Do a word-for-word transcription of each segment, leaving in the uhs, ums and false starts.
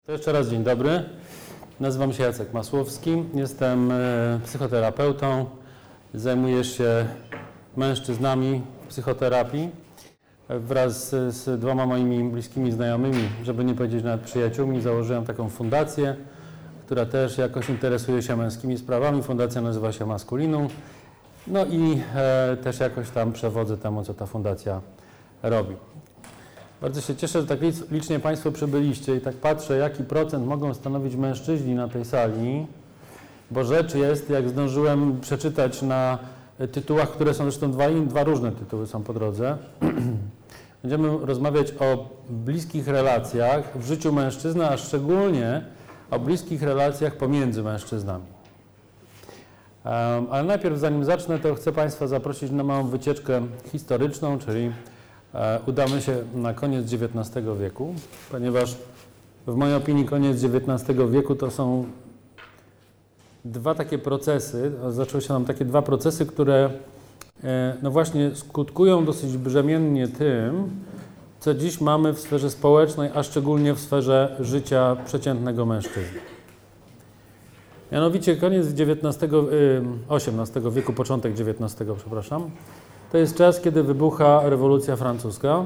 To jeszcze raz dzień dobry. Nazywam się Jacek Masłowski. Jestem psychoterapeutą. Zajmuję się mężczyznami w psychoterapii. Wraz z dwoma moimi bliskimi znajomymi, żeby nie powiedzieć nawet przyjaciółmi, założyłem taką fundację, która też jakoś interesuje się męskimi sprawami. Fundacja nazywa się Maskulinum. No i e, też jakoś tam przewodzę temu, co ta fundacja robi. Bardzo się cieszę, że tak licznie Państwo przybyliście i tak patrzę, jaki procent mogą stanowić mężczyźni na tej sali, bo rzecz jest, jak zdążyłem przeczytać na tytułach, które są zresztą dwa, dwa różne tytuły są po drodze. Będziemy rozmawiać o bliskich relacjach w życiu mężczyzny, a szczególnie o bliskich relacjach pomiędzy mężczyznami. Um, ale najpierw, zanim zacznę, to chcę Państwa zaprosić na małą wycieczkę historyczną, czyli e, udamy się na koniec dziewiętnastego wieku, ponieważ w mojej opinii koniec dziewiętnastego wieku to są dwa takie procesy, zaczęły się nam takie dwa procesy, które e, no właśnie skutkują dosyć brzemiennie tym, co dziś mamy w sferze społecznej, a szczególnie w sferze życia przeciętnego mężczyzny. Mianowicie koniec dziewiętnastego, osiemnastego wieku, początek dziewiętnastego, przepraszam, to jest czas, kiedy wybucha rewolucja francuska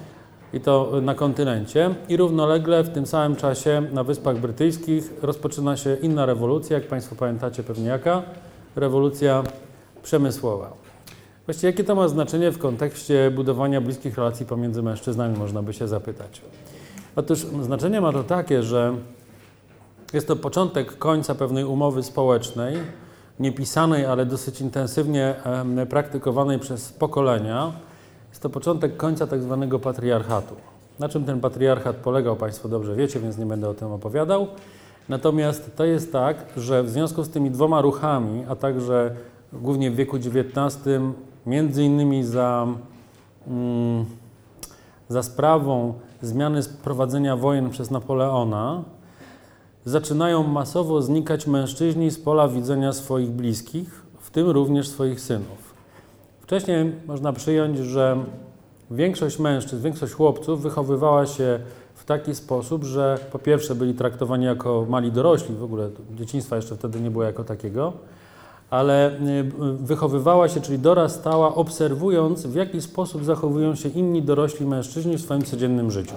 i to na kontynencie i równolegle w tym samym czasie na Wyspach Brytyjskich rozpoczyna się inna rewolucja, jak Państwo pamiętacie pewnie jaka, rewolucja przemysłowa. Właściwie jakie to ma znaczenie w kontekście budowania bliskich relacji pomiędzy mężczyznami, można by się zapytać. Otóż znaczenie ma to takie, że jest to początek końca pewnej umowy społecznej, niepisanej, ale dosyć intensywnie e, praktykowanej przez pokolenia. Jest to początek końca tak zwanego patriarchatu. Na czym ten patriarchat polegał, Państwo dobrze wiecie, więc nie będę o tym opowiadał. Natomiast to jest tak, że w związku z tymi dwoma ruchami, a także głównie w wieku dziewiętnastym, między innymi za, mm, za sprawą zmiany prowadzenia wojen przez Napoleona, zaczynają masowo znikać mężczyźni z pola widzenia swoich bliskich, w tym również swoich synów. Wcześniej można przyjąć, że większość mężczyzn, większość chłopców wychowywała się w taki sposób, że po pierwsze byli traktowani jako mali dorośli, w ogóle dzieciństwa jeszcze wtedy nie było jako takiego, ale wychowywała się, czyli dorastała, obserwując, w jaki sposób zachowują się inni dorośli mężczyźni w swoim codziennym życiu.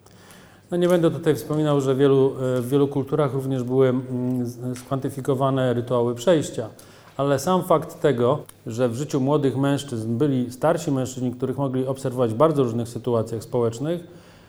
No nie będę tutaj wspominał, że wielu, w wielu kulturach również były skwantyfikowane rytuały przejścia, ale sam fakt tego, że w życiu młodych mężczyzn byli starsi mężczyźni, których mogli obserwować w bardzo różnych sytuacjach społecznych,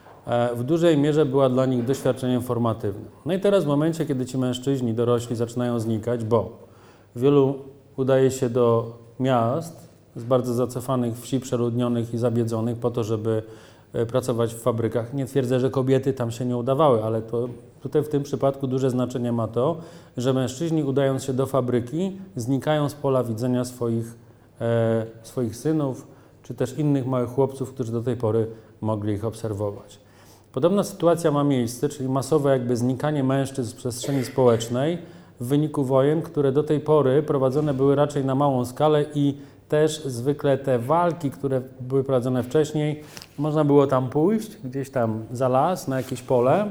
w dużej mierze była dla nich doświadczeniem formatywnym. No i teraz w momencie, kiedy ci mężczyźni dorośli zaczynają znikać, bo wielu udaje się do miast z bardzo zacofanych wsi, przeludnionych i zabiedzonych po to, żeby pracować w fabrykach. Nie twierdzę, że kobiety tam się nie udawały, ale to tutaj w tym przypadku duże znaczenie ma to, że mężczyźni udając się do fabryki znikają z pola widzenia swoich, e, swoich synów, czy też innych małych chłopców, którzy do tej pory mogli ich obserwować. Podobna sytuacja ma miejsce, czyli masowe jakby znikanie mężczyzn z przestrzeni społecznej w wyniku wojen, które do tej pory prowadzone były raczej na małą skalę i też zwykle te walki, które były prowadzone wcześniej, można było tam pójść, gdzieś tam za las, na jakieś pole,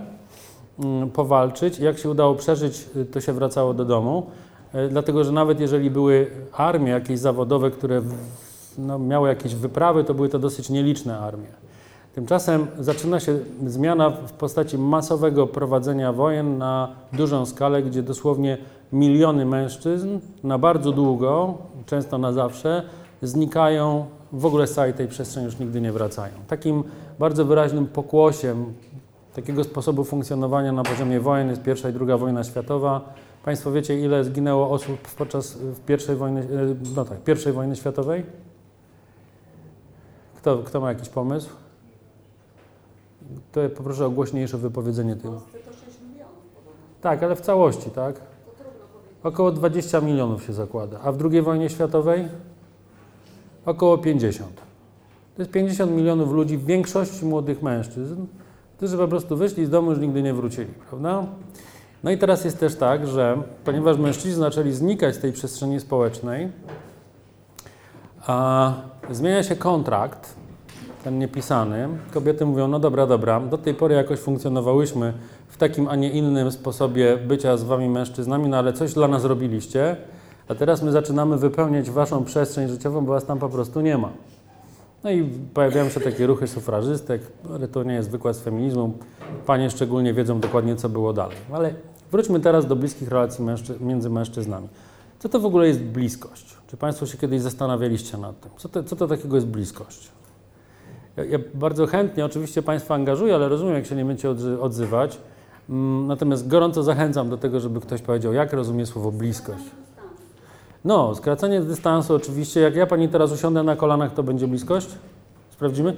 powalczyć. Jak się udało przeżyć, to się wracało do domu, dlatego że nawet jeżeli były armie jakieś zawodowe, które no, miały jakieś wyprawy, to były to dosyć nieliczne armie. Tymczasem zaczyna się zmiana w postaci masowego prowadzenia wojen na dużą skalę, gdzie dosłownie miliony mężczyzn na bardzo długo, często na zawsze, znikają, w ogóle z całej tej przestrzeni już nigdy nie wracają. Takim bardzo wyraźnym pokłosiem takiego sposobu funkcjonowania na poziomie wojen jest pierwsza i druga wojna światowa. Państwo wiecie, ile zginęło osób podczas pierwszej wojny, no tak, pierwszej wojny światowej? Kto, kto ma jakiś pomysł? To poproszę o głośniejsze wypowiedzenie tego. To sześć milionów podobno. Tak, ale w całości, tak? To trudno powiedzieć. Około dwadzieścia milionów się zakłada. A w drugiej wojnie światowej? Około pięćdziesiąt. To jest pięćdziesiąt milionów ludzi, w większości młodych mężczyzn, którzy po prostu wyszli z domu, już nigdy nie wrócili, prawda? No i teraz jest też tak, że ponieważ mężczyźni zaczęli znikać z tej przestrzeni społecznej, a zmienia się kontrakt ten niepisany, kobiety mówią, no dobra, dobra, do tej pory jakoś funkcjonowałyśmy w takim, a nie innym sposobie bycia z wami mężczyznami, no ale coś dla nas robiliście, a teraz my zaczynamy wypełniać waszą przestrzeń życiową, bo was tam po prostu nie ma. No i pojawiają się takie ruchy sufrażystek, ale to nie jest wykład z feminizmu. Panie szczególnie wiedzą dokładnie, co było dalej. Ale wróćmy teraz do bliskich relacji mężczy między mężczyznami. Co to w ogóle jest bliskość? Czy państwo się kiedyś zastanawialiście nad tym? Co to, co to takiego jest bliskość? Ja, ja bardzo chętnie oczywiście państwa angażuję, ale rozumiem, jak się nie będziecie odzywać. Natomiast gorąco zachęcam do tego, żeby ktoś powiedział, jak rozumie słowo bliskość. No, skracanie dystansu oczywiście. Jak ja pani teraz usiądę na kolanach, to będzie bliskość? Sprawdzimy?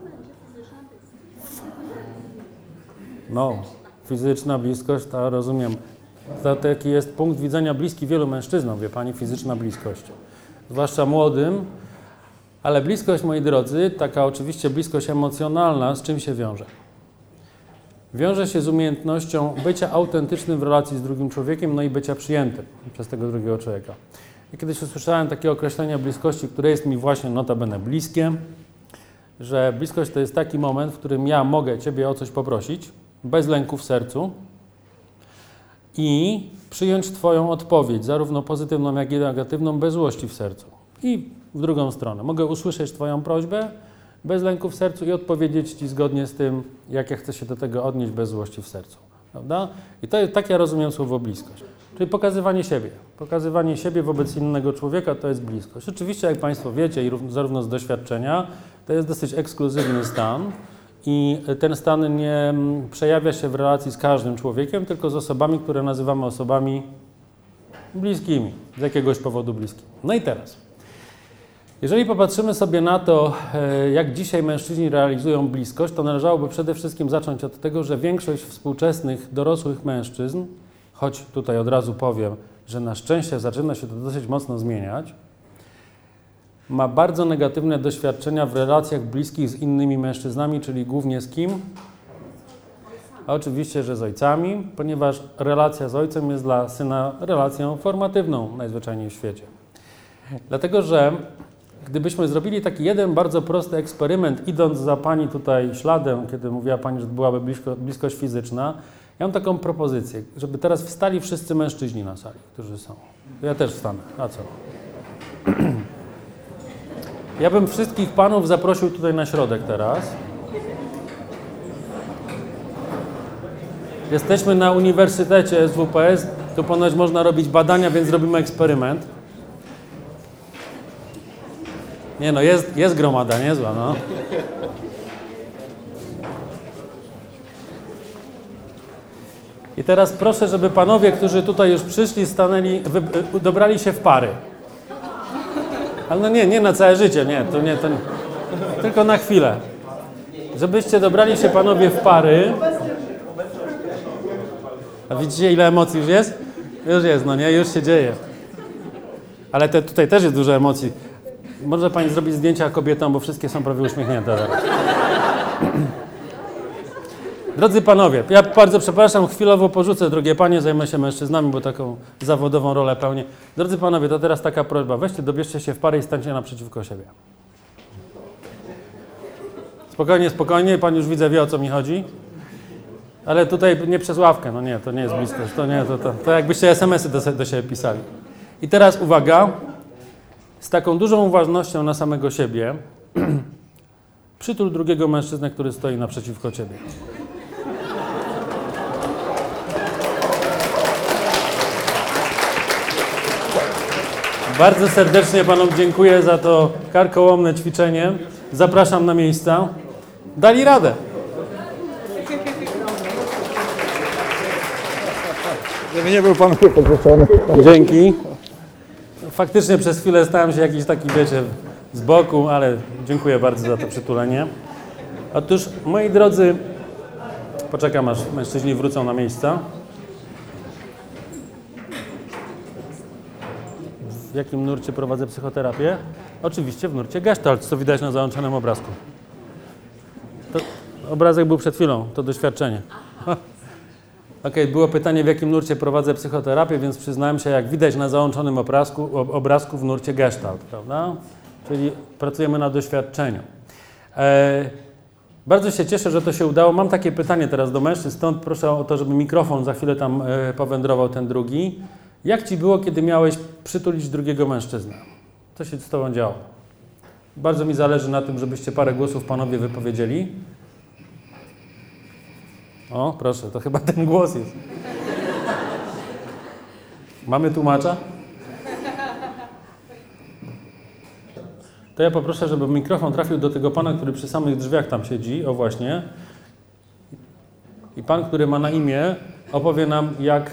No, fizyczna bliskość, to rozumiem. To taki jest punkt widzenia bliski wielu mężczyznom, wie pani, fizyczna bliskość. Zwłaszcza młodym, ale bliskość, moi drodzy, taka oczywiście bliskość emocjonalna, z czym się wiąże? Wiąże się z umiejętnością bycia autentycznym w relacji z drugim człowiekiem, no i bycia przyjętym przez tego drugiego człowieka. Ja kiedyś usłyszałem takie określenie bliskości, które jest mi właśnie notabene bliskie, że bliskość to jest taki moment, w którym ja mogę ciebie o coś poprosić, bez lęku w sercu i przyjąć twoją odpowiedź, zarówno pozytywną, jak i negatywną, bez złości w sercu. I w drugą stronę. Mogę usłyszeć twoją prośbę bez lęku w sercu i odpowiedzieć ci zgodnie z tym, jak ja chcę się do tego odnieść bez złości w sercu. Prawda? I to, tak ja rozumiem słowo bliskość. Czyli pokazywanie siebie. Pokazywanie siebie wobec innego człowieka to jest bliskość. Oczywiście, jak państwo wiecie, i zarówno z doświadczenia, to jest dosyć ekskluzywny stan i ten stan nie przejawia się w relacji z każdym człowiekiem, tylko z osobami, które nazywamy osobami bliskimi, z jakiegoś powodu bliskimi. No i teraz, jeżeli popatrzymy sobie na to, jak dzisiaj mężczyźni realizują bliskość, to należałoby przede wszystkim zacząć od tego, że większość współczesnych dorosłych mężczyzn, choć tutaj od razu powiem, że na szczęście zaczyna się to dosyć mocno zmieniać, ma bardzo negatywne doświadczenia w relacjach bliskich z innymi mężczyznami, czyli głównie z kim? A oczywiście, że z ojcami, ponieważ relacja z ojcem jest dla syna relacją formatywną najzwyczajniej w świecie. Dlatego, że gdybyśmy zrobili taki jeden bardzo prosty eksperyment, idąc za pani tutaj śladem, kiedy mówiła pani, że byłaby blisko, bliskość fizyczna, ja mam taką propozycję, żeby teraz wstali wszyscy mężczyźni na sali, którzy są. Ja też wstanę. A co? Ja bym wszystkich panów zaprosił tutaj na środek teraz. Jesteśmy na Uniwersytecie S W P S, tu ponoć można robić badania, więc robimy eksperyment. Nie no, jest, jest gromada, niezła, no. I teraz proszę, żeby panowie, którzy tutaj już przyszli, stanęli, wy, dobrali się w pary. Ale no nie, nie na całe życie, nie, to nie, to nie. Tylko na chwilę. Żebyście dobrali się panowie w pary. A widzicie, ile emocji już jest? Już jest, no nie, już się dzieje. Ale te, tutaj też jest dużo emocji. Może pani zrobić zdjęcia kobietom, bo wszystkie są prawie uśmiechnięte teraz. Drodzy panowie, ja bardzo przepraszam, chwilowo porzucę, drogie panie, zajmę się mężczyznami, bo taką zawodową rolę pełnię. Drodzy panowie, to teraz taka prośba, weźcie, dobierzcie się w parę i stańcie naprzeciwko siebie. Spokojnie, spokojnie, pan już widzę, wie, o co mi chodzi. Ale tutaj nie przez ławkę, no nie, to nie jest bliskość, to nie, to, to, to jakbyście es em esy do, do siebie pisali. I teraz uwaga, z taką dużą uważnością na samego siebie przytul drugiego mężczyznę, który stoi naprzeciwko ciebie. Bardzo serdecznie panom dziękuję za to karkołomne ćwiczenie. Zapraszam na miejsca. Dali radę. Żeby nie był pan podrzucony. Dzięki. Faktycznie przez chwilę stałem się jakiś taki, wiecie, z boku, ale dziękuję bardzo za to przytulenie. Otóż, moi drodzy, poczekam aż mężczyźni wrócą na miejsca. W jakim nurcie prowadzę psychoterapię? Oczywiście w nurcie Gestalt, co widać na załączonym obrazku. To obrazek był przed chwilą, to doświadczenie. Okej, okay, było pytanie, w jakim nurcie prowadzę psychoterapię, więc przyznałem się, jak widać na załączonym obrazku, obrazku w nurcie Gestalt, prawda? Czyli pracujemy na doświadczeniu. E, bardzo się cieszę, że to się udało. Mam takie pytanie teraz do mężczyzn, stąd proszę o to, żeby mikrofon za chwilę tam e, powędrował ten drugi. Jak Ci było, kiedy miałeś przytulić drugiego mężczyznę? Co się z Tobą działo? Bardzo mi zależy na tym, żebyście parę głosów panowie wypowiedzieli. O, proszę, to chyba ten głos jest. Mamy tłumacza? To ja poproszę, żeby mikrofon trafił do tego pana, który przy samych drzwiach tam siedzi. O właśnie. I pan, który ma na imię, opowie nam, jak...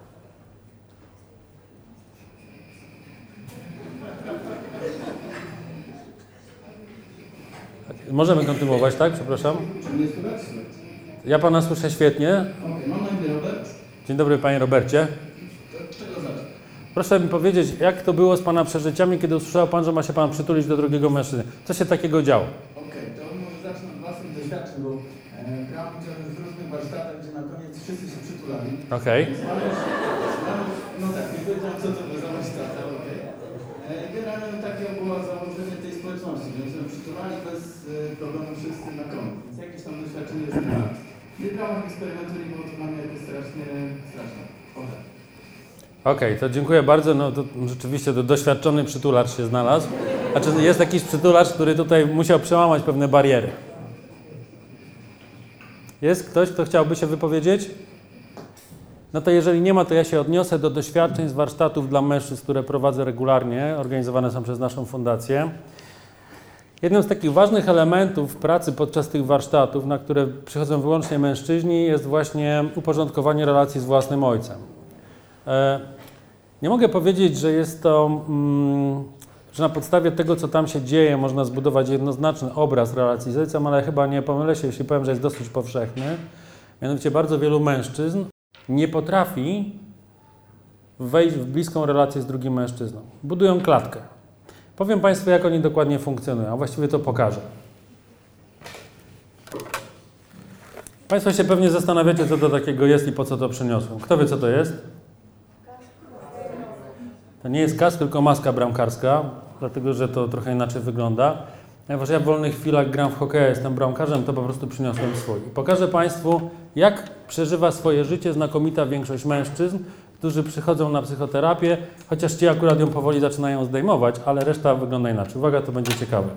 Możemy kontynuować, tak? Przepraszam. Ja pana słyszę świetnie. Okej, mam na imię Robert. Dzień dobry, panie Robercie. Czego zacząć? Proszę mi powiedzieć, jak to było z pana przeżyciami, kiedy usłyszał pan, że ma się pan przytulić do drugiego mężczyzny? Co się takiego działo? Okej, to może zacznę od własnych doświadczeń, bo e, brałem udział w różnych warsztatach, gdzie na koniec wszyscy się przytulali. Okej. Więc mam już, mam już, no tak, nie wiedziałem, co to za warsztata, okej. E, Generalnie no, takie było założenie tej społeczności, że się przytulali bez e, problemu wszyscy na koniec. Więc jakieś tam doświadczenie jest na nie brałem eksperymentu, nie było to dla mnie jakieś strasznie, straszne. Okej. Okej, to dziękuję bardzo. No to rzeczywiście to doświadczony przytulacz się znalazł. Znaczy jest jakiś przytulacz, który tutaj musiał przełamać pewne bariery. Jest ktoś, kto chciałby się wypowiedzieć? No to jeżeli nie ma, to ja się odniosę do doświadczeń z warsztatów dla mężczyzn, które prowadzę regularnie, organizowane są przez naszą fundację. Jednym z takich ważnych elementów pracy podczas tych warsztatów, na które przychodzą wyłącznie mężczyźni, jest właśnie uporządkowanie relacji z własnym ojcem. Nie mogę powiedzieć, że jest to, że na podstawie tego, co tam się dzieje, można zbudować jednoznaczny obraz relacji z ojcem, ale chyba nie pomylę się, jeśli powiem, że jest dosyć powszechny. Mianowicie bardzo wielu mężczyzn nie potrafi wejść w bliską relację z drugim mężczyzną. Budują klatkę. Powiem Państwu, jak oni dokładnie funkcjonują, a właściwie to pokażę. Państwo się pewnie zastanawiacie, co to takiego jest i po co to przyniosłem. Kto wie, co to jest? To nie jest kask, tylko maska bramkarska, dlatego że to trochę inaczej wygląda. Ponieważ ja w wolnych chwilach gram w hokeja, jestem bramkarzem, to po prostu przyniosłem swój. I pokażę Państwu, jak przeżywa swoje życie znakomita większość mężczyzn, którzy przychodzą na psychoterapię, chociaż ci akurat ją powoli zaczynają zdejmować, ale reszta wygląda inaczej. Uwaga, to będzie ciekawe.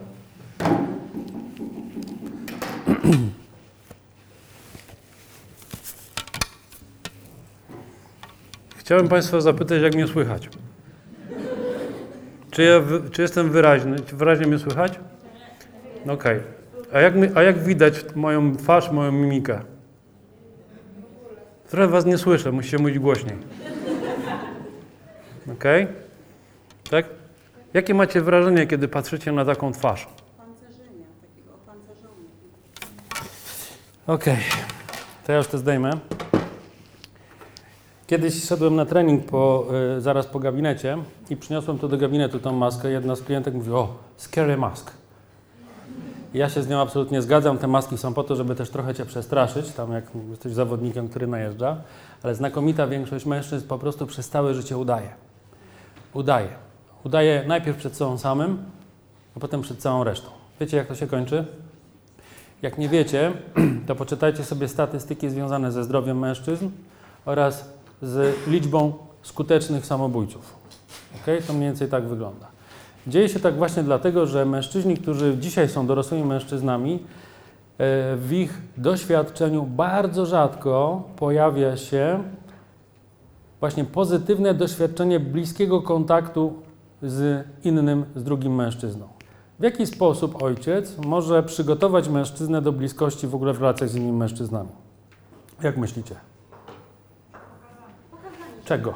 Chciałem Państwa zapytać, jak mnie słychać. Czy, ja, czy jestem wyraźny? Czy wyraźnie mnie słychać? Okej. Okay. A, jak, a jak widać moją twarz, moją mimikę? Trochę Was nie słyszę, musicie mówić głośniej. Okej? Okay? Tak? Jakie macie wrażenie, kiedy patrzycie na taką twarz? Opancerzenia, takiego opancerzenia. Okej. Okay. To ja już to zdejmę. Kiedyś szedłem na trening po, y, zaraz po gabinecie i przyniosłem tu do gabinetu tą maskę. Jedna z klientek mówi, o, scary mask. I ja się z nią absolutnie zgadzam. Te maski są po to, żeby też trochę Cię przestraszyć, tam jak jesteś zawodnikiem, który najeżdża. Ale znakomita większość mężczyzn po prostu przez całe życie udaje. Udaje. Udaje najpierw przed sobą samym, a potem przed całą resztą. Wiecie, jak to się kończy? Jak nie wiecie, to poczytajcie sobie statystyki związane ze zdrowiem mężczyzn oraz z liczbą skutecznych samobójców. Okay? To mniej więcej tak wygląda. Dzieje się tak właśnie dlatego, że mężczyźni, którzy dzisiaj są dorosłymi mężczyznami, w ich doświadczeniu bardzo rzadko pojawia się właśnie pozytywne doświadczenie bliskiego kontaktu z innym, z drugim mężczyzną. W jaki sposób ojciec może przygotować mężczyznę do bliskości w ogóle w relacjach z innymi mężczyznami? Jak myślicie? Czego?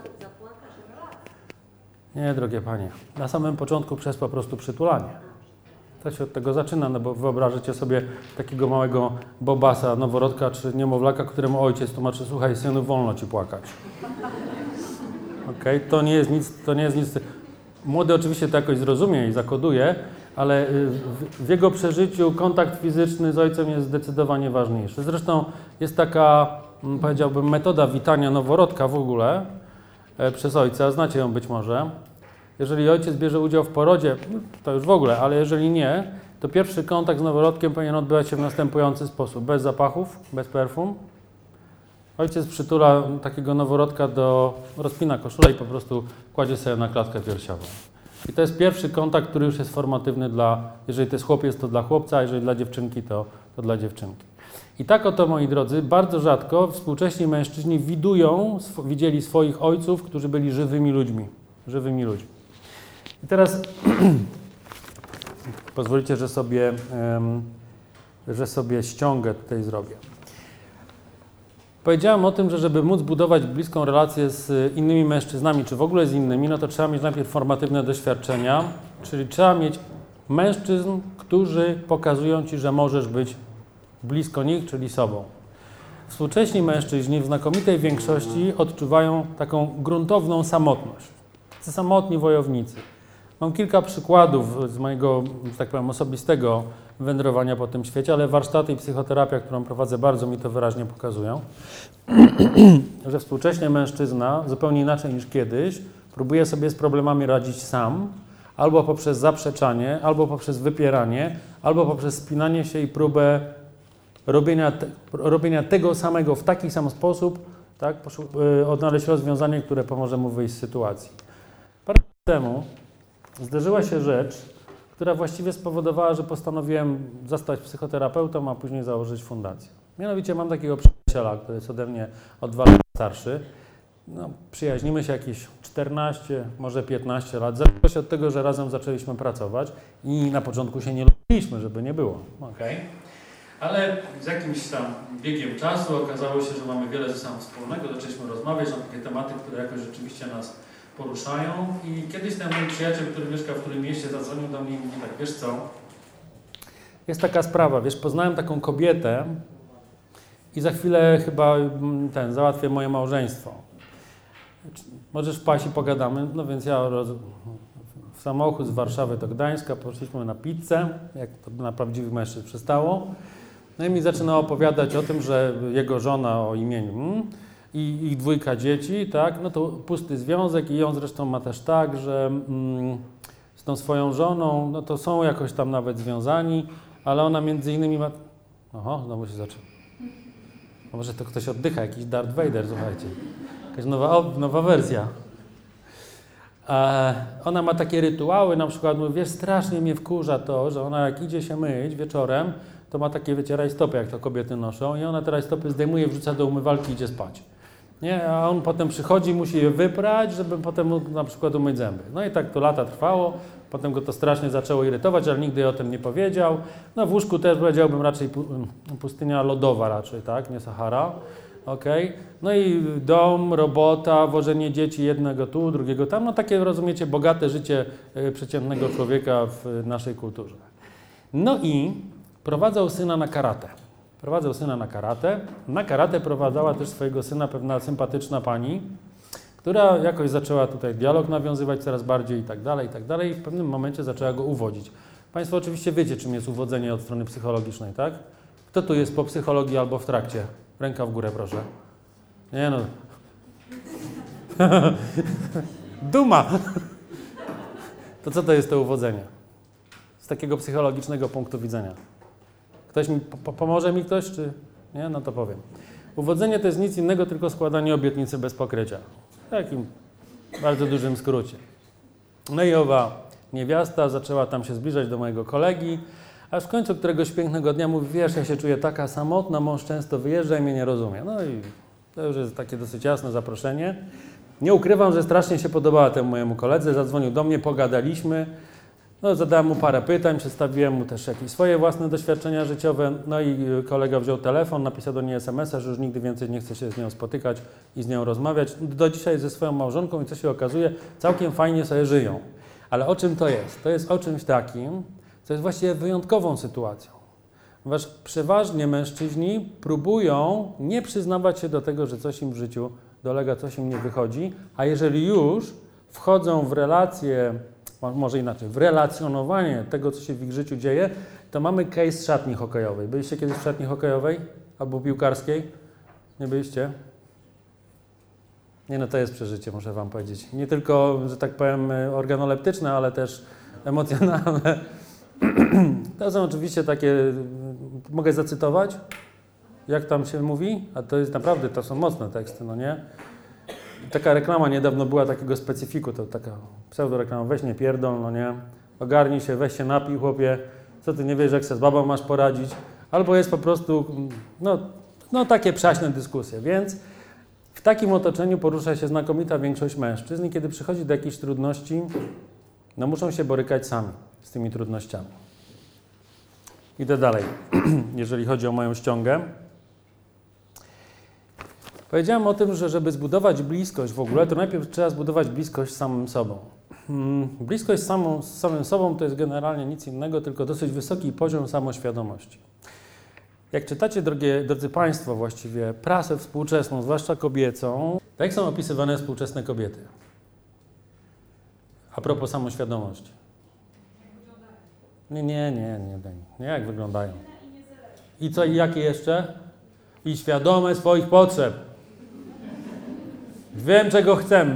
Nie, drogie panie. Na samym początku przez po prostu przytulanie. To się od tego zaczyna, no bo wyobraźcie sobie takiego małego bobasa, noworodka czy niemowlaka, któremu ojciec tłumaczy, słuchaj synu, wolno ci płakać. Okej, okay? To nie jest nic, to nie jest nic. Młody oczywiście to jakoś zrozumie i zakoduje, ale w, w jego przeżyciu kontakt fizyczny z ojcem jest zdecydowanie ważniejszy. Zresztą jest taka, powiedziałbym, metoda witania noworodka w ogóle e, przez ojca, znacie ją być może. Jeżeli ojciec bierze udział w porodzie, to już w ogóle, ale jeżeli nie, to pierwszy kontakt z noworodkiem powinien odbywać się w następujący sposób. Bez zapachów, bez perfum. Ojciec przytula takiego noworodka do, rozpina koszulę i po prostu kładzie sobie na klatkę piersiową. I to jest pierwszy kontakt, który już jest formatywny dla, jeżeli to jest chłopiec, to dla chłopca, a jeżeli dla dziewczynki, to, to dla dziewczynki. I tak oto, moi drodzy, bardzo rzadko współcześni mężczyźni widują, sw widzieli swoich ojców, którzy byli żywymi ludźmi. Żywymi ludźmi. I teraz pozwolicie, że sobie, um, że sobie ściągę tutaj zrobię. Powiedziałem o tym, że żeby móc budować bliską relację z innymi mężczyznami, czy w ogóle z innymi, no to trzeba mieć najpierw formatywne doświadczenia, czyli trzeba mieć mężczyzn, którzy pokazują ci, że możesz być blisko nich, czyli sobą. Współcześni mężczyźni w znakomitej większości odczuwają taką gruntowną samotność. Tacy samotni wojownicy. Mam kilka przykładów z mojego, że tak powiem, osobistego wędrowania po tym świecie, ale warsztaty i psychoterapia, którą prowadzę, bardzo mi to wyraźnie pokazują, że współcześnie mężczyzna zupełnie inaczej niż kiedyś próbuje sobie z problemami radzić sam, albo poprzez zaprzeczanie, albo poprzez wypieranie, albo poprzez spinanie się i próbę robienia, te, robienia tego samego w taki sam sposób, tak, odnaleźć rozwiązanie, które pomoże mu wyjść z sytuacji. Parę lat temu zdarzyła się rzecz, która właściwie spowodowała, że postanowiłem zostać psychoterapeutą, a później założyć fundację. Mianowicie mam takiego przyjaciela, który jest ode mnie o dwa lata starszy. No, przyjaźnimy się jakieś czternaście, może piętnaście lat. Zaczęło się od tego, że razem zaczęliśmy pracować i na początku się nie lubiliśmy, żeby nie było. Okay. Ale z jakimś tam biegiem czasu okazało się, że mamy wiele ze sobą wspólnego. Zaczęliśmy rozmawiać na takie tematy, które jakoś rzeczywiście nas poruszają. I kiedyś ten mój przyjaciel, który mieszka w którym mieście, zadzwonił do mnie i mówi tak, wiesz co, jest taka sprawa, wiesz, poznałem taką kobietę i za chwilę chyba ten, załatwię moje małżeństwo. Możesz wpaść i pogadamy. No więc ja roz... w samochód z Warszawy do Gdańska poszliśmy na pizzę, jak to na prawdziwych mężczyzn przystało. No i mi zaczyna opowiadać o tym, że jego żona o imieniu mm, i ich dwójka dzieci, tak, no to pusty związek i on zresztą ma też tak, że mm, z tą swoją żoną, no to są jakoś tam nawet związani, ale ona między innymi ma... Oho, znowu się zaczyna. A może to ktoś oddycha, jakiś Darth Vader, słuchajcie. Jakaś nowa, nowa wersja. E, ona ma takie rytuały, na przykład mówi, wiesz, strasznie mnie wkurza to, że ona jak idzie się myć wieczorem, to ma takie, wiecie, rajstopy, jak to kobiety noszą i ona te rajstopy zdejmuje, wrzuca do umywalki i idzie spać. Nie, a on potem przychodzi, musi je wyprać, żeby potem mógł na przykład umyć zęby. No i tak to lata trwało, potem go to strasznie zaczęło irytować, ale nigdy o tym nie powiedział. No w łóżku też powiedziałbym raczej pustynia lodowa raczej, tak, nie Sahara. Okay. No i dom, robota, wożenie dzieci jednego tu, drugiego tam, no takie, rozumiecie, bogate życie przeciętnego człowieka w naszej kulturze. No i prowadzał syna na karate. Prowadzał syna na karate. Na karate prowadzała też swojego syna pewna sympatyczna pani, która jakoś zaczęła tutaj dialog nawiązywać coraz bardziej i tak dalej, i tak dalej i w pewnym momencie zaczęła go uwodzić. Państwo oczywiście wiecie, czym jest uwodzenie od strony psychologicznej, tak? Kto tu jest po psychologii albo w trakcie? Ręka w górę, proszę. Nie no. Duma! To co to jest to uwodzenie? Z takiego psychologicznego punktu widzenia. Ktoś mi, po, pomoże mi ktoś, czy nie? No to powiem. Uwodzenie to jest nic innego, tylko składanie obietnicy bez pokrycia. W takim bardzo dużym skrócie. No i owa niewiasta zaczęła tam się zbliżać do mojego kolegi, aż w końcu któregoś pięknego dnia mówi, wiesz, ja się czuję taka samotna, mąż często wyjeżdża i mnie nie rozumie. No i to już jest takie dosyć jasne zaproszenie. Nie ukrywam, że strasznie się podobała temu mojemu koledze, zadzwonił do mnie, pogadaliśmy. No, zadałem mu parę pytań, przedstawiłem mu też jakieś swoje własne doświadczenia życiowe. No i kolega wziął telefon, napisał do niej es em es a, że już nigdy więcej nie chce się z nią spotykać i z nią rozmawiać. Do dzisiaj ze swoją małżonką i co się okazuje, całkiem fajnie sobie żyją. Ale o czym to jest? To jest o czymś takim, co jest właściwie wyjątkową sytuacją. Ponieważ przeważnie mężczyźni próbują nie przyznawać się do tego, że coś im w życiu dolega, coś im nie wychodzi, a jeżeli już wchodzą w relacje, może inaczej, w relacjonowanie tego, co się w ich życiu dzieje, to mamy case szatni hokejowej. Byliście kiedyś w szatni hokejowej albo piłkarskiej? Nie byliście? Nie, no to jest przeżycie, muszę wam powiedzieć. Nie tylko, że tak powiem, organoleptyczne, ale też emocjonalne. To są oczywiście takie, mogę zacytować, jak tam się mówi, a to jest naprawdę, to są mocne teksty, no nie? Taka reklama niedawno była takiego specyfiku, to taka pseudoreklama, weź nie pierdol, no nie? Ogarnij się, weź się napij, chłopie, co ty nie wiesz, jak się z babą masz poradzić, albo jest po prostu, no, no takie przaśne dyskusje, więc w takim otoczeniu porusza się znakomita większość mężczyzn i kiedy przychodzi do jakichś trudności, no muszą się borykać sami z tymi trudnościami. Idę dalej, jeżeli chodzi o moją ściągę. Powiedziałem o tym, że żeby zbudować bliskość w ogóle, to najpierw trzeba zbudować bliskość z samym sobą. Bliskość z, samą, z samym sobą to jest generalnie nic innego, tylko dosyć wysoki poziom samoświadomości. Jak czytacie, drogie, drodzy Państwo, właściwie prasę współczesną, zwłaszcza kobiecą, to jak są opisywane współczesne kobiety? A propos samoświadomości. Nie, nie, nie, nie, nie, jak wyglądają. I co, i jakie jeszcze? I świadome swoich potrzeb. Wiem, czego chcę.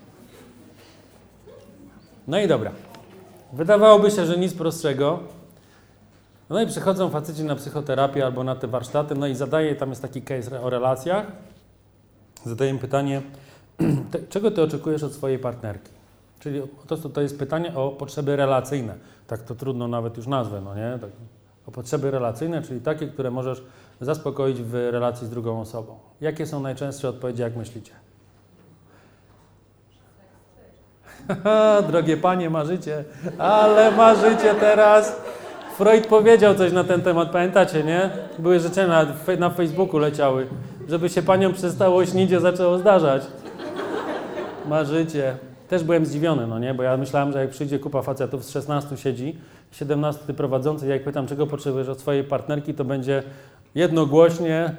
No i dobra. Wydawałoby się, że nic prostszego. No i przychodzą faceci na psychoterapię albo na te warsztaty, no i zadaję, tam jest taki case o relacjach. Zadaję im pytanie, te, czego ty oczekujesz od swojej partnerki? Czyli to, to jest pytanie o potrzeby relacyjne. Tak to trudno nawet już nazwę, no nie? Tak, o potrzeby relacyjne, czyli takie, które możesz zaspokoić w relacji z drugą osobą. Jakie są najczęstsze odpowiedzi, jak myślicie? Drogie panie, marzycie, ale marzycie teraz. Freud powiedział coś na ten temat, pamiętacie, nie? Były życzenia, na, na Facebooku leciały, żeby się paniom przestało śnić, a zaczęło zdarzać. Marzycie. Też byłem zdziwiony, no nie? Bo ja myślałem, że jak przyjdzie kupa facetów z szesnastu siedzi, siedemnastu prowadzący, jak pytam, czego potrzebujesz od swojej partnerki, to będzie jednogłośnie.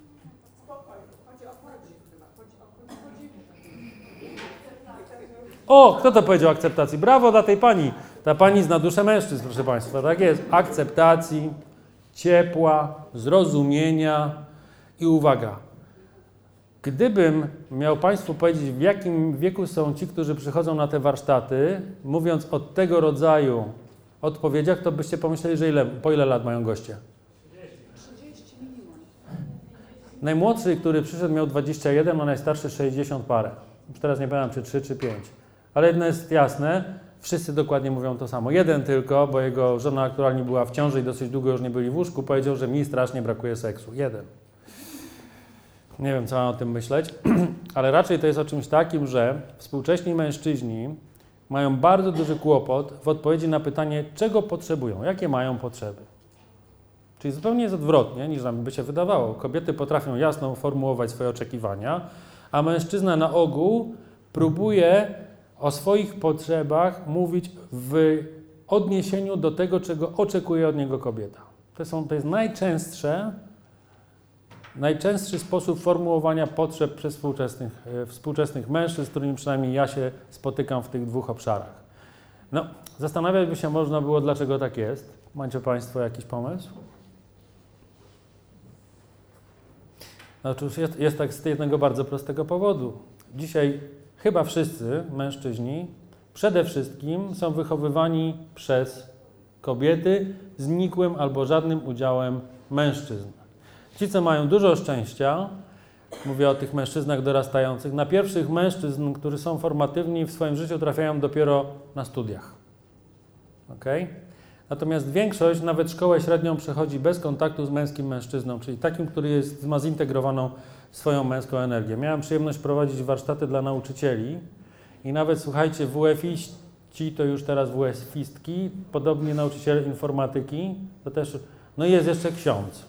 O, kto to powiedział akceptacji? Brawo dla tej pani. Ta pani zna duszę mężczyzn, proszę Państwa. Tak jest. Akceptacji, ciepła, zrozumienia i uwaga. Gdybym miał Państwu powiedzieć, w jakim wieku są ci, którzy przychodzą na te warsztaty, mówiąc o tego rodzaju odpowiedziach, to byście pomyśleli, że ile, po ile lat mają goście? trzydzieści minimum. Najmłodszy, który przyszedł, miał dwadzieścia jeden, a najstarszy sześćdziesiąt parę. Już teraz nie pamiętam, czy trzy, czy pięć. Ale jedno jest jasne, wszyscy dokładnie mówią to samo. Jeden tylko, bo jego żona aktualnie była w ciąży i dosyć długo już nie byli w łóżku, powiedział, że mi strasznie brakuje seksu. Jeden. Nie wiem, co mam o tym myśleć, ale raczej to jest o czymś takim, że współcześni mężczyźni mają bardzo duży kłopot w odpowiedzi na pytanie, czego potrzebują, jakie mają potrzeby. Czyli zupełnie jest odwrotnie, niż nam by się wydawało. Kobiety potrafią jasno formułować swoje oczekiwania, a mężczyzna na ogół próbuje o swoich potrzebach mówić w odniesieniu do tego, czego oczekuje od niego kobieta. To, są, to jest najczęstsze, najczęstszy sposób formułowania potrzeb przez współczesnych, e, współczesnych mężczyzn, z którymi przynajmniej ja się spotykam w tych dwóch obszarach. No, zastanawiać by się można było, dlaczego tak jest. Macie Państwo jakiś pomysł? No, otóż jest, jest tak z jednego bardzo prostego powodu. Dzisiaj chyba wszyscy mężczyźni przede wszystkim są wychowywani przez kobiety z nikłym albo żadnym udziałem mężczyzn. Ci, co mają dużo szczęścia, mówię o tych mężczyznach dorastających, na pierwszych mężczyzn, którzy są formatywni w swoim życiu, trafiają dopiero na studiach. Okay? Natomiast większość nawet szkołę średnią przechodzi bez kontaktu z męskim mężczyzną, czyli takim, który jest, ma zintegrowaną swoją męską energię. Miałem przyjemność prowadzić warsztaty dla nauczycieli i nawet, słuchajcie, W F iści to już teraz W F istki, podobnie nauczyciele informatyki, to też, no i jest jeszcze ksiądz.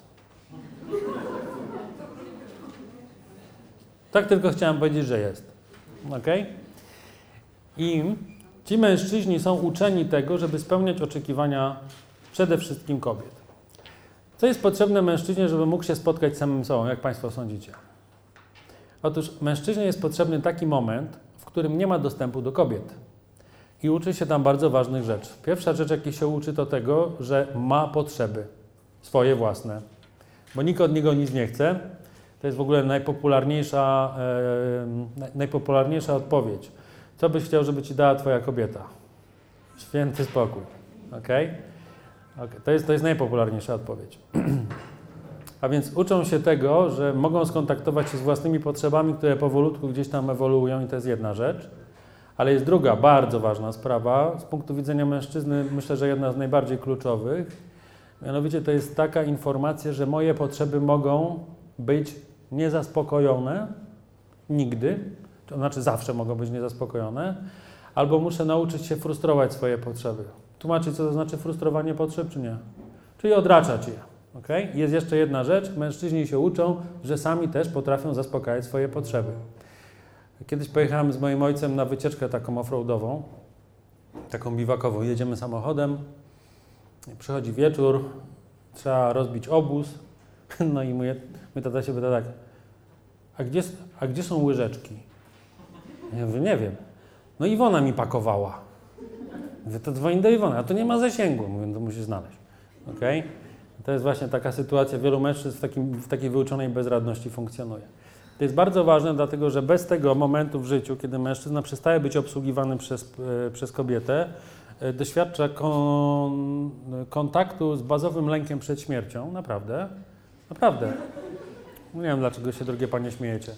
Tak tylko chciałem powiedzieć, że jest. Okay? I ci mężczyźni są uczeni tego, żeby spełniać oczekiwania przede wszystkim kobiet. Co jest potrzebne mężczyźnie, żeby mógł się spotkać z samym sobą, jak Państwo sądzicie? Otóż mężczyźnie jest potrzebny taki moment, w którym nie ma dostępu do kobiet. I uczy się tam bardzo ważnych rzeczy. Pierwsza rzecz, jakiej się uczy, to tego, że ma potrzeby swoje własne, bo nikt od niego nic nie chce. To jest w ogóle najpopularniejsza, e, najpopularniejsza odpowiedź. Co byś chciał, żeby ci dała twoja kobieta? Święty spokój. Okay? Okay. To jest, to jest najpopularniejsza odpowiedź. A więc uczą się tego, że mogą skontaktować się z własnymi potrzebami, które powolutku gdzieś tam ewoluują i to jest jedna rzecz. Ale jest druga, bardzo ważna sprawa, z punktu widzenia mężczyzny, myślę, że jedna z najbardziej kluczowych. Mianowicie to jest taka informacja, że moje potrzeby mogą być niezaspokojone nigdy, to znaczy zawsze mogą być niezaspokojone, albo muszę nauczyć się frustrować swoje potrzeby. Tłumaczyć, co to znaczy frustrowanie potrzeb, czy nie? Czyli odraczać je. Okay? Jest jeszcze jedna rzecz, mężczyźni się uczą, że sami też potrafią zaspokajać swoje potrzeby. Kiedyś pojechałem z moim ojcem na wycieczkę taką offroadową, taką biwakową. Jedziemy samochodem, przychodzi wieczór, trzeba rozbić obóz, no i mój, mój tata się pyta tak, a gdzie, a gdzie są łyżeczki? Ja mówię, nie wiem. No Iwona mi pakowała. Mówię, to dzwoni do Iwony, a to nie ma zasięgu. Mówię, to musisz znaleźć. Okay? To jest właśnie taka sytuacja, wielu mężczyzn w, takim, w takiej wyuczonej bezradności funkcjonuje. To jest bardzo ważne, dlatego że bez tego momentu w życiu, kiedy mężczyzna przestaje być obsługiwany przez, e, przez kobietę, e, doświadcza kon, kontaktu z bazowym lękiem przed śmiercią. Naprawdę. Naprawdę. Nie wiem, dlaczego się, drogie panie, śmiejecie.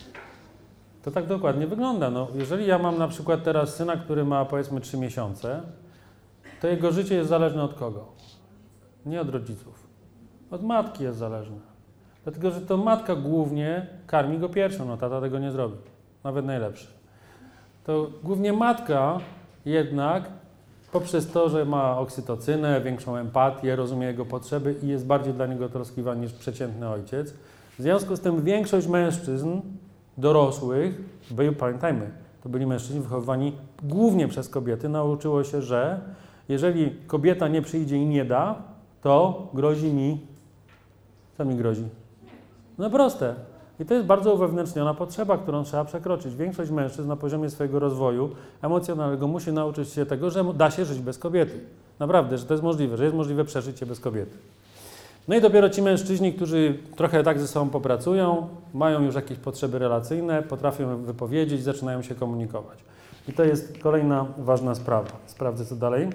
To tak dokładnie wygląda. No, jeżeli ja mam na przykład teraz syna, który ma powiedzmy trzy miesiące, to jego życie jest zależne od kogo? Nie od rodziców. Od matki jest zależne. Dlatego, że to matka głównie karmi go pierwszą, no tata tego nie zrobi, nawet najlepszy. To głównie matka jednak poprzez to, że ma oksytocynę, większą empatię, rozumie jego potrzeby i jest bardziej dla niego troskliwa niż przeciętny ojciec. W związku z tym większość mężczyzn dorosłych, by, pamiętajmy, to byli mężczyźni wychowywani głównie przez kobiety, nauczyło się, że jeżeli kobieta nie przyjdzie i nie da, to grozi mi, co mi grozi? No proste. I to jest bardzo uwewnętrzniona potrzeba, którą trzeba przekroczyć. Większość mężczyzn na poziomie swojego rozwoju emocjonalnego musi nauczyć się tego, że da się żyć bez kobiety. Naprawdę, że to jest możliwe, że jest możliwe przeżycie bez kobiety. No i dopiero ci mężczyźni, którzy trochę tak ze sobą popracują, mają już jakieś potrzeby relacyjne, potrafią wypowiedzieć, zaczynają się komunikować. I to jest kolejna ważna sprawa. Sprawdzę, co dalej.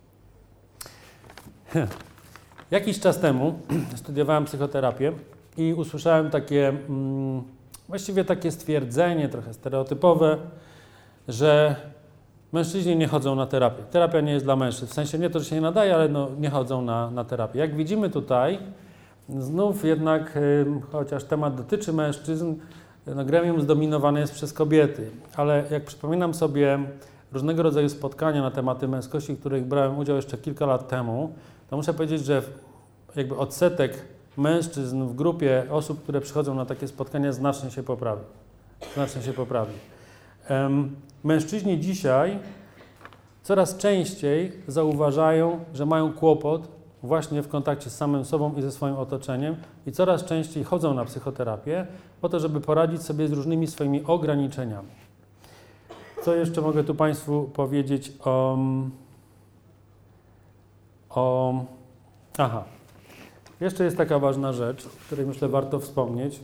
Jakiś czas temu studiowałem psychoterapię i usłyszałem takie, mm, właściwie takie stwierdzenie, trochę stereotypowe, że mężczyźni nie chodzą na terapię. Terapia nie jest dla mężczyzn. W sensie nie to, że się nie nadaje, ale no, nie chodzą na, na terapię. Jak widzimy tutaj, znów jednak, y, chociaż temat dotyczy mężczyzn, no, gremium zdominowane jest przez kobiety. Ale jak przypominam sobie różnego rodzaju spotkania na tematy męskości, w których brałem udział jeszcze kilka lat temu, to muszę powiedzieć, że jakby odsetek mężczyzn w grupie osób, które przychodzą na takie spotkania, znacznie się poprawi. Znacznie się poprawi. Um, mężczyźni dzisiaj coraz częściej zauważają, że mają kłopot właśnie w kontakcie z samym sobą i ze swoim otoczeniem i coraz częściej chodzą na psychoterapię po to, żeby poradzić sobie z różnymi swoimi ograniczeniami. Co jeszcze mogę tu Państwu powiedzieć o... o aha. Jeszcze jest taka ważna rzecz, o której myślę warto wspomnieć.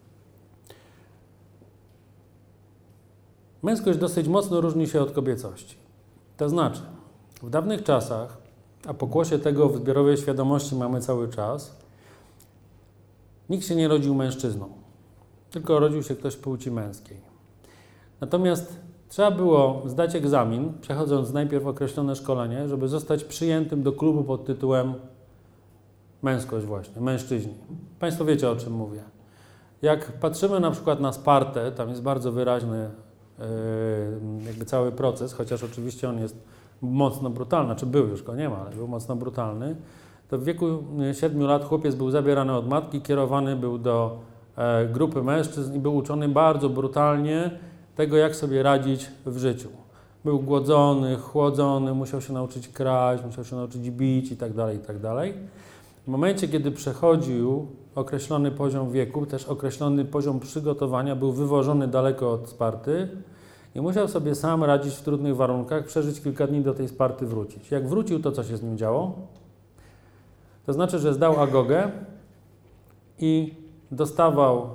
Męskość dosyć mocno różni się od kobiecości. To znaczy, w dawnych czasach, a pokłosie tego w zbiorowej świadomości mamy cały czas, nikt się nie rodził mężczyzną, tylko rodził się ktoś płci męskiej. Natomiast trzeba było zdać egzamin, przechodząc najpierw określone szkolenie, żeby zostać przyjętym do klubu pod tytułem męskość właśnie, mężczyźni. Państwo wiecie, o czym mówię. Jak patrzymy na przykład na Spartę, tam jest bardzo wyraźny yy, jakby cały proces, chociaż oczywiście on jest mocno brutalny, znaczy był, już go nie ma, ale był mocno brutalny, to w wieku siedmiu lat chłopiec był zabierany od matki, kierowany był do e, grupy mężczyzn i był uczony bardzo brutalnie tego, jak sobie radzić w życiu. Był głodzony, chłodzony, musiał się nauczyć kraść, musiał się nauczyć bić i tak dalej, i tak dalej. W momencie, kiedy przechodził określony poziom wieku, też określony poziom przygotowania, był wywożony daleko od Sparty i musiał sobie sam radzić w trudnych warunkach, przeżyć kilka dni, do tej Sparty wrócić. Jak wrócił, to co się z nim działo? To znaczy, że zdał agogę i dostawał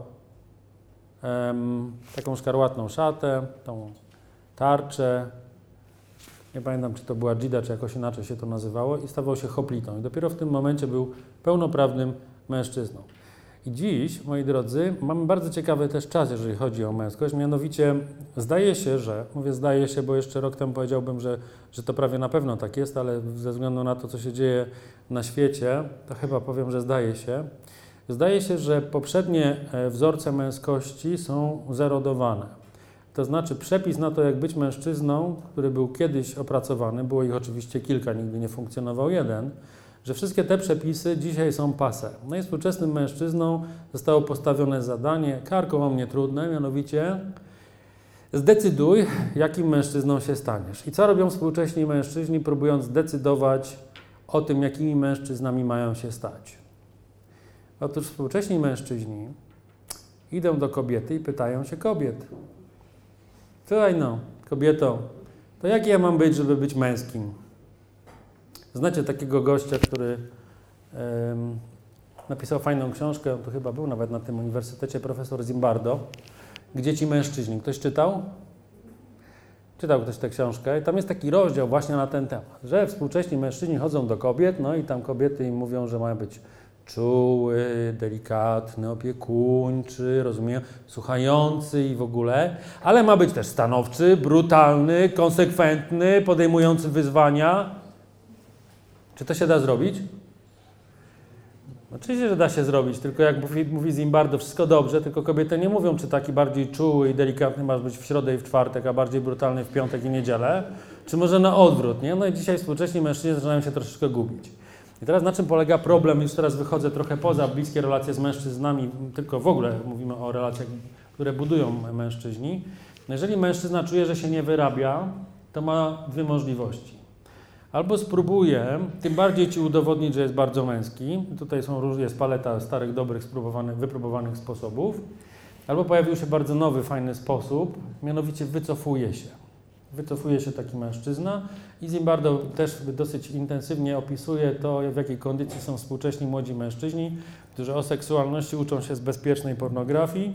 um, taką szkarłatną szatę, tą tarczę, nie pamiętam, czy to była dżida, czy jakoś inaczej się to nazywało, i stawał się hoplitą. I dopiero w tym momencie był pełnoprawnym mężczyzną. I dziś, moi drodzy, mamy bardzo ciekawy też czas, jeżeli chodzi o męskość. Mianowicie zdaje się, że, mówię zdaje się, bo jeszcze rok temu powiedziałbym, że, że to prawie na pewno tak jest, ale ze względu na to, co się dzieje na świecie, to chyba powiem, że zdaje się. Zdaje się, że poprzednie wzorce męskości są zerodowane. To znaczy przepis na to, jak być mężczyzną, który był kiedyś opracowany, było ich oczywiście kilka, nigdy nie funkcjonował jeden, że wszystkie te przepisy dzisiaj są passé. No i współczesnym mężczyzną zostało postawione zadanie karkołomnie trudne, mianowicie zdecyduj, jakim mężczyzną się staniesz. I co robią współcześni mężczyźni, próbując zdecydować o tym, jakimi mężczyznami mają się stać? Otóż współcześni mężczyźni idą do kobiety i pytają się kobiet. Słuchaj no, kobieto, to jaki ja mam być, żeby być męskim? Znacie takiego gościa, który um, napisał fajną książkę, to chyba był nawet na tym uniwersytecie, profesor Zimbardo, Gdzie ci mężczyźni? Ktoś czytał? Czytał ktoś tę książkę i tam jest taki rozdział właśnie na ten temat, że współcześni mężczyźni chodzą do kobiet, no i tam kobiety im mówią, że mają być czuły, delikatny, opiekuńczy, rozumiem, słuchający i w ogóle, ale ma być też stanowczy, brutalny, konsekwentny, podejmujący wyzwania. Czy to się da zrobić? Oczywiście, że da się zrobić, tylko jak mówi, mówi Zimbardo, wszystko dobrze, tylko kobiety nie mówią, czy taki bardziej czuły i delikatny masz być w środę i w czwartek, a bardziej brutalny w piątek i niedzielę, czy może na odwrót, nie? No i dzisiaj współcześni mężczyźni zaczynają się troszeczkę gubić. I teraz na czym polega problem? Już teraz wychodzę trochę poza bliskie relacje z mężczyznami, tylko w ogóle mówimy o relacjach, które budują mężczyźni. No jeżeli mężczyzna czuje, że się nie wyrabia, to ma dwie możliwości. Albo spróbuje, tym bardziej ci udowodnić, że jest bardzo męski. Tutaj są różne, jest paleta starych, dobrych, spróbowanych, wypróbowanych sposobów. Albo pojawił się bardzo nowy, fajny sposób, mianowicie wycofuje się. Wycofuje się taki mężczyzna i Zimbardo też dosyć intensywnie opisuje to, w jakiej kondycji są współcześni młodzi mężczyźni, którzy o seksualności uczą się z bezpiecznej pornografii,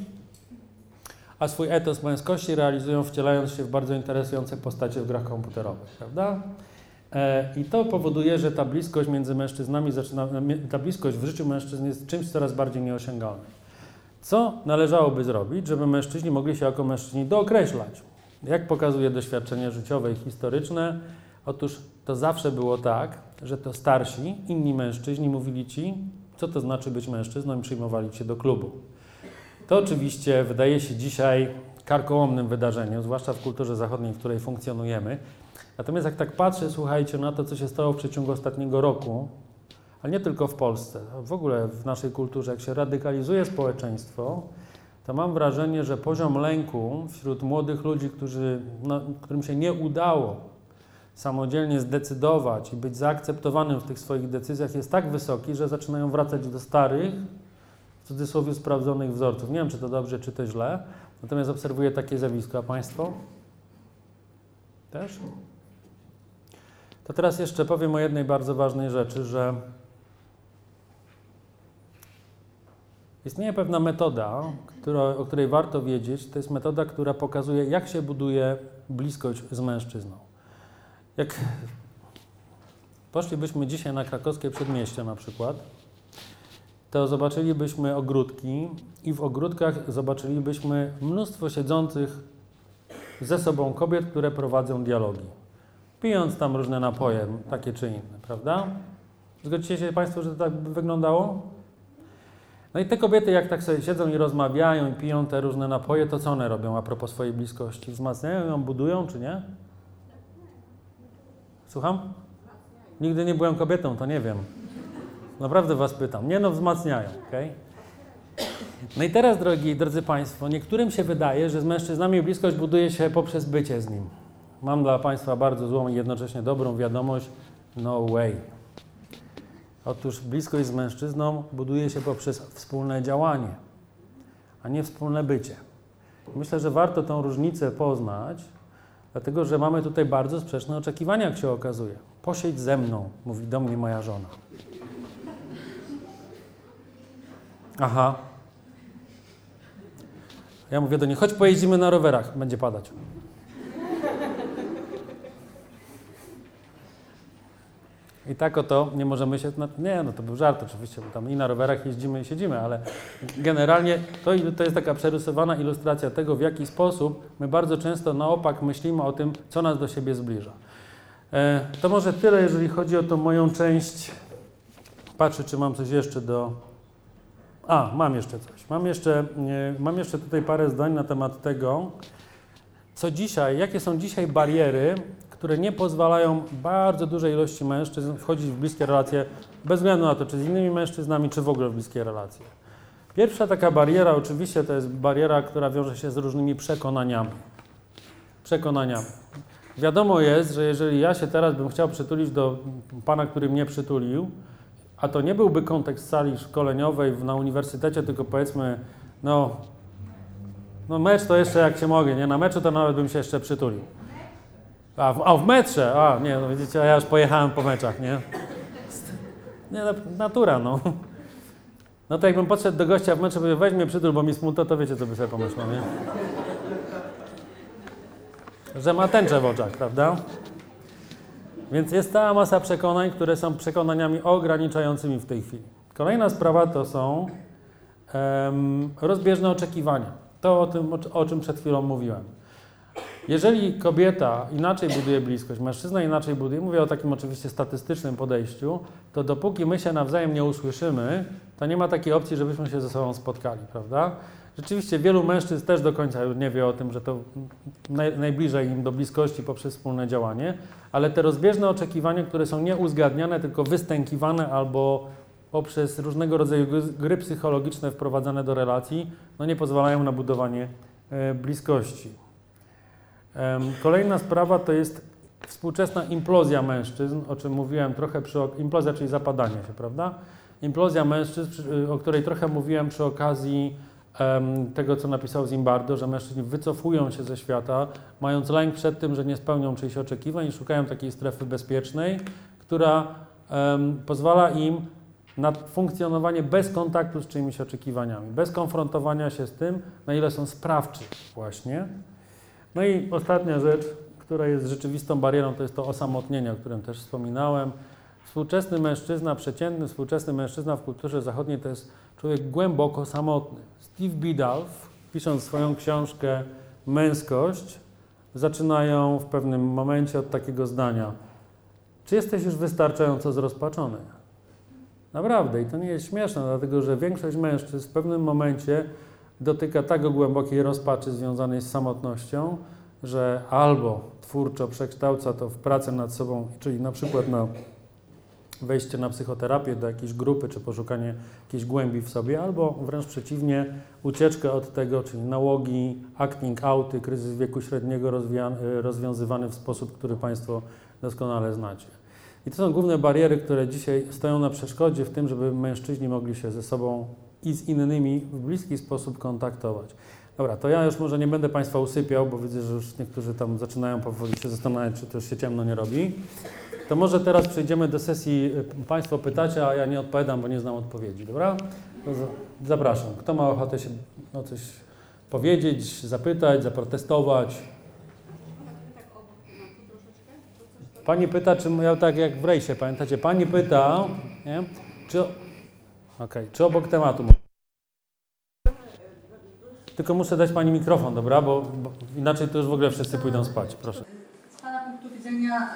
a swój etos męskości realizują, wcielając się w bardzo interesujące postacie w grach komputerowych, prawda? I to powoduje, że ta bliskość między mężczyznami zaczyna, ta bliskość w życiu mężczyzn jest czymś coraz bardziej nieosiągalnym. Co należałoby zrobić, żeby mężczyźni mogli się jako mężczyźni dookreślać? Jak pokazuje doświadczenie życiowe i historyczne, otóż to zawsze było tak, że to starsi, inni mężczyźni mówili ci, co to znaczy być mężczyzną i przyjmowali cię do klubu. To oczywiście wydaje się dzisiaj karkołomnym wydarzeniem, zwłaszcza w kulturze zachodniej, w której funkcjonujemy. Natomiast jak tak patrzę, słuchajcie, na to, co się stało w przeciągu ostatniego roku, ale nie tylko w Polsce, w ogóle w naszej kulturze, jak się radykalizuje społeczeństwo, to mam wrażenie, że poziom lęku wśród młodych ludzi, którzy, no, którym się nie udało samodzielnie zdecydować i być zaakceptowanym w tych swoich decyzjach jest tak wysoki, że zaczynają wracać do starych, w cudzysłowie sprawdzonych wzorców. Nie wiem, czy to dobrze, czy to źle, natomiast obserwuję takie zjawisko. A Państwo? Też? To teraz jeszcze powiem o jednej bardzo ważnej rzeczy, że istnieje pewna metoda, która, o której warto wiedzieć. To jest metoda, która pokazuje, jak się buduje bliskość z mężczyzną. Jak poszlibyśmy dzisiaj na krakowskie przedmieście na przykład, to zobaczylibyśmy ogródki i w ogródkach zobaczylibyśmy mnóstwo siedzących ze sobą kobiet, które prowadzą dialogi, pijąc tam różne napoje, takie czy inne, prawda? Zgodzicie się Państwo, że to tak by wyglądało? No i te kobiety, jak tak sobie siedzą i rozmawiają i piją te różne napoje, to co one robią a propos swojej bliskości? Wzmacniają ją, budują, czy nie? Słucham? Nigdy nie byłem kobietą, to nie wiem. Naprawdę Was pytam. Nie no, wzmacniają, okej? Okay? No i teraz, drogi, drodzy Państwo, niektórym się wydaje, że z mężczyznami bliskość buduje się poprzez bycie z nim. Mam dla Państwa bardzo złą i jednocześnie dobrą wiadomość. No way. Otóż bliskość z mężczyzną buduje się poprzez wspólne działanie, a nie wspólne bycie. Myślę, że warto tą różnicę poznać, dlatego że mamy tutaj bardzo sprzeczne oczekiwania, jak się okazuje. Posiedź ze mną, mówi do mnie moja żona. Aha. Ja mówię do niej, chodź pojeździmy na rowerach, będzie padać. I tak oto nie możemy się... Na, nie, no to był żart oczywiście, bo tam i na rowerach jeździmy i siedzimy, ale generalnie to, to jest taka przerysowana ilustracja tego, w jaki sposób my bardzo często na opak myślimy o tym, co nas do siebie zbliża. E, to może tyle, jeżeli chodzi o tą moją część. Patrzę, czy mam coś jeszcze do... A, mam jeszcze coś. Mam jeszcze, nie, mam jeszcze tutaj parę zdań na temat tego, co dzisiaj, jakie są dzisiaj bariery, które nie pozwalają bardzo dużej ilości mężczyzn wchodzić w bliskie relacje, bez względu na to, czy z innymi mężczyznami, czy w ogóle w bliskie relacje. Pierwsza taka bariera oczywiście to jest bariera, która wiąże się z różnymi przekonaniami. Przekonaniami. Wiadomo jest, że jeżeli ja się teraz bym chciał przytulić do pana, który mnie przytulił, a to nie byłby kontekst sali szkoleniowej na uniwersytecie, tylko powiedzmy, no, no mecz to jeszcze jak się mogę, nie? Na meczu to nawet bym się jeszcze przytulił. A w, a w metrze, a nie, no widzicie, a ja już pojechałem po meczach, nie? Nie, natura, no. No to jakbym podszedł do gościa w meczu, powiedział, weź mnie przytul, bo mi smutno, to wiecie, co by sobie pomyślał, nie? Że ma tęczę w oczach, prawda? Więc jest cała masa przekonań, które są przekonaniami ograniczającymi w tej chwili. Kolejna sprawa to są um, rozbieżne oczekiwania. To o tym, o, o czym przed chwilą mówiłem. Jeżeli kobieta inaczej buduje bliskość, mężczyzna inaczej buduje, mówię o takim oczywiście statystycznym podejściu, to dopóki my się nawzajem nie usłyszymy, to nie ma takiej opcji, żebyśmy się ze sobą spotkali, prawda? Rzeczywiście wielu mężczyzn też do końca nie wie o tym, że to naj, najbliżej im do bliskości poprzez wspólne działanie, ale te rozbieżne oczekiwania, które są nieuzgadniane, tylko wystękiwane albo poprzez różnego rodzaju gry psychologiczne wprowadzane do relacji, no nie pozwalają na budowanie e, bliskości. E, kolejna sprawa to jest współczesna implozja mężczyzn, o czym mówiłem trochę przy implozja, czyli zapadanie się, prawda? Implozja mężczyzn, o której trochę mówiłem przy okazji tego, co napisał Zimbardo, że mężczyźni wycofują się ze świata, mając lęk przed tym, że nie spełnią czyichś oczekiwań i szukają takiej strefy bezpiecznej, która um, pozwala im na funkcjonowanie bez kontaktu z czyimiś oczekiwaniami, bez konfrontowania się z tym, na ile są sprawczy właśnie. No i ostatnia rzecz, która jest rzeczywistą barierą, to jest to osamotnienie, o którym też wspominałem. Współczesny mężczyzna, przeciętny współczesny mężczyzna w kulturze zachodniej to jest człowiek głęboko samotny. Steve Biddulph, pisząc swoją książkę Męskość, zaczynają w pewnym momencie od takiego zdania. Czy jesteś już wystarczająco zrozpaczony? Naprawdę, i to nie jest śmieszne, dlatego że większość mężczyzn w pewnym momencie dotyka tak głębokiej rozpaczy związanej z samotnością, że albo twórczo przekształca to w pracę nad sobą, czyli na przykład na wejście na psychoterapię do jakiejś grupy, czy poszukanie jakiejś głębi w sobie, albo wręcz przeciwnie, ucieczkę od tego, czyli nałogi, acting outy, kryzys wieku średniego rozwiązywany w sposób, który Państwo doskonale znacie. I to są główne bariery, które dzisiaj stoją na przeszkodzie w tym, żeby mężczyźni mogli się ze sobą i z innymi w bliski sposób kontaktować. Dobra, to ja już może nie będę Państwa usypiał, bo widzę, że już niektórzy tam zaczynają powoli się zastanawiać, czy to już się ciemno nie robi. To może teraz przejdziemy do sesji Państwo pytacie, a ja nie odpowiadam, bo nie znam odpowiedzi, dobra? To zapraszam. Kto ma ochotę się o coś powiedzieć, zapytać, zaprotestować? Pani pyta, czy ja tak jak w rejsie, pamiętacie? Pani pyta, nie? Czy, okay, czy obok tematu. Tylko muszę dać Pani mikrofon, dobra? Bo, bo inaczej to już w ogóle wszyscy pójdą spać. Proszę. Z Pana punktu widzenia,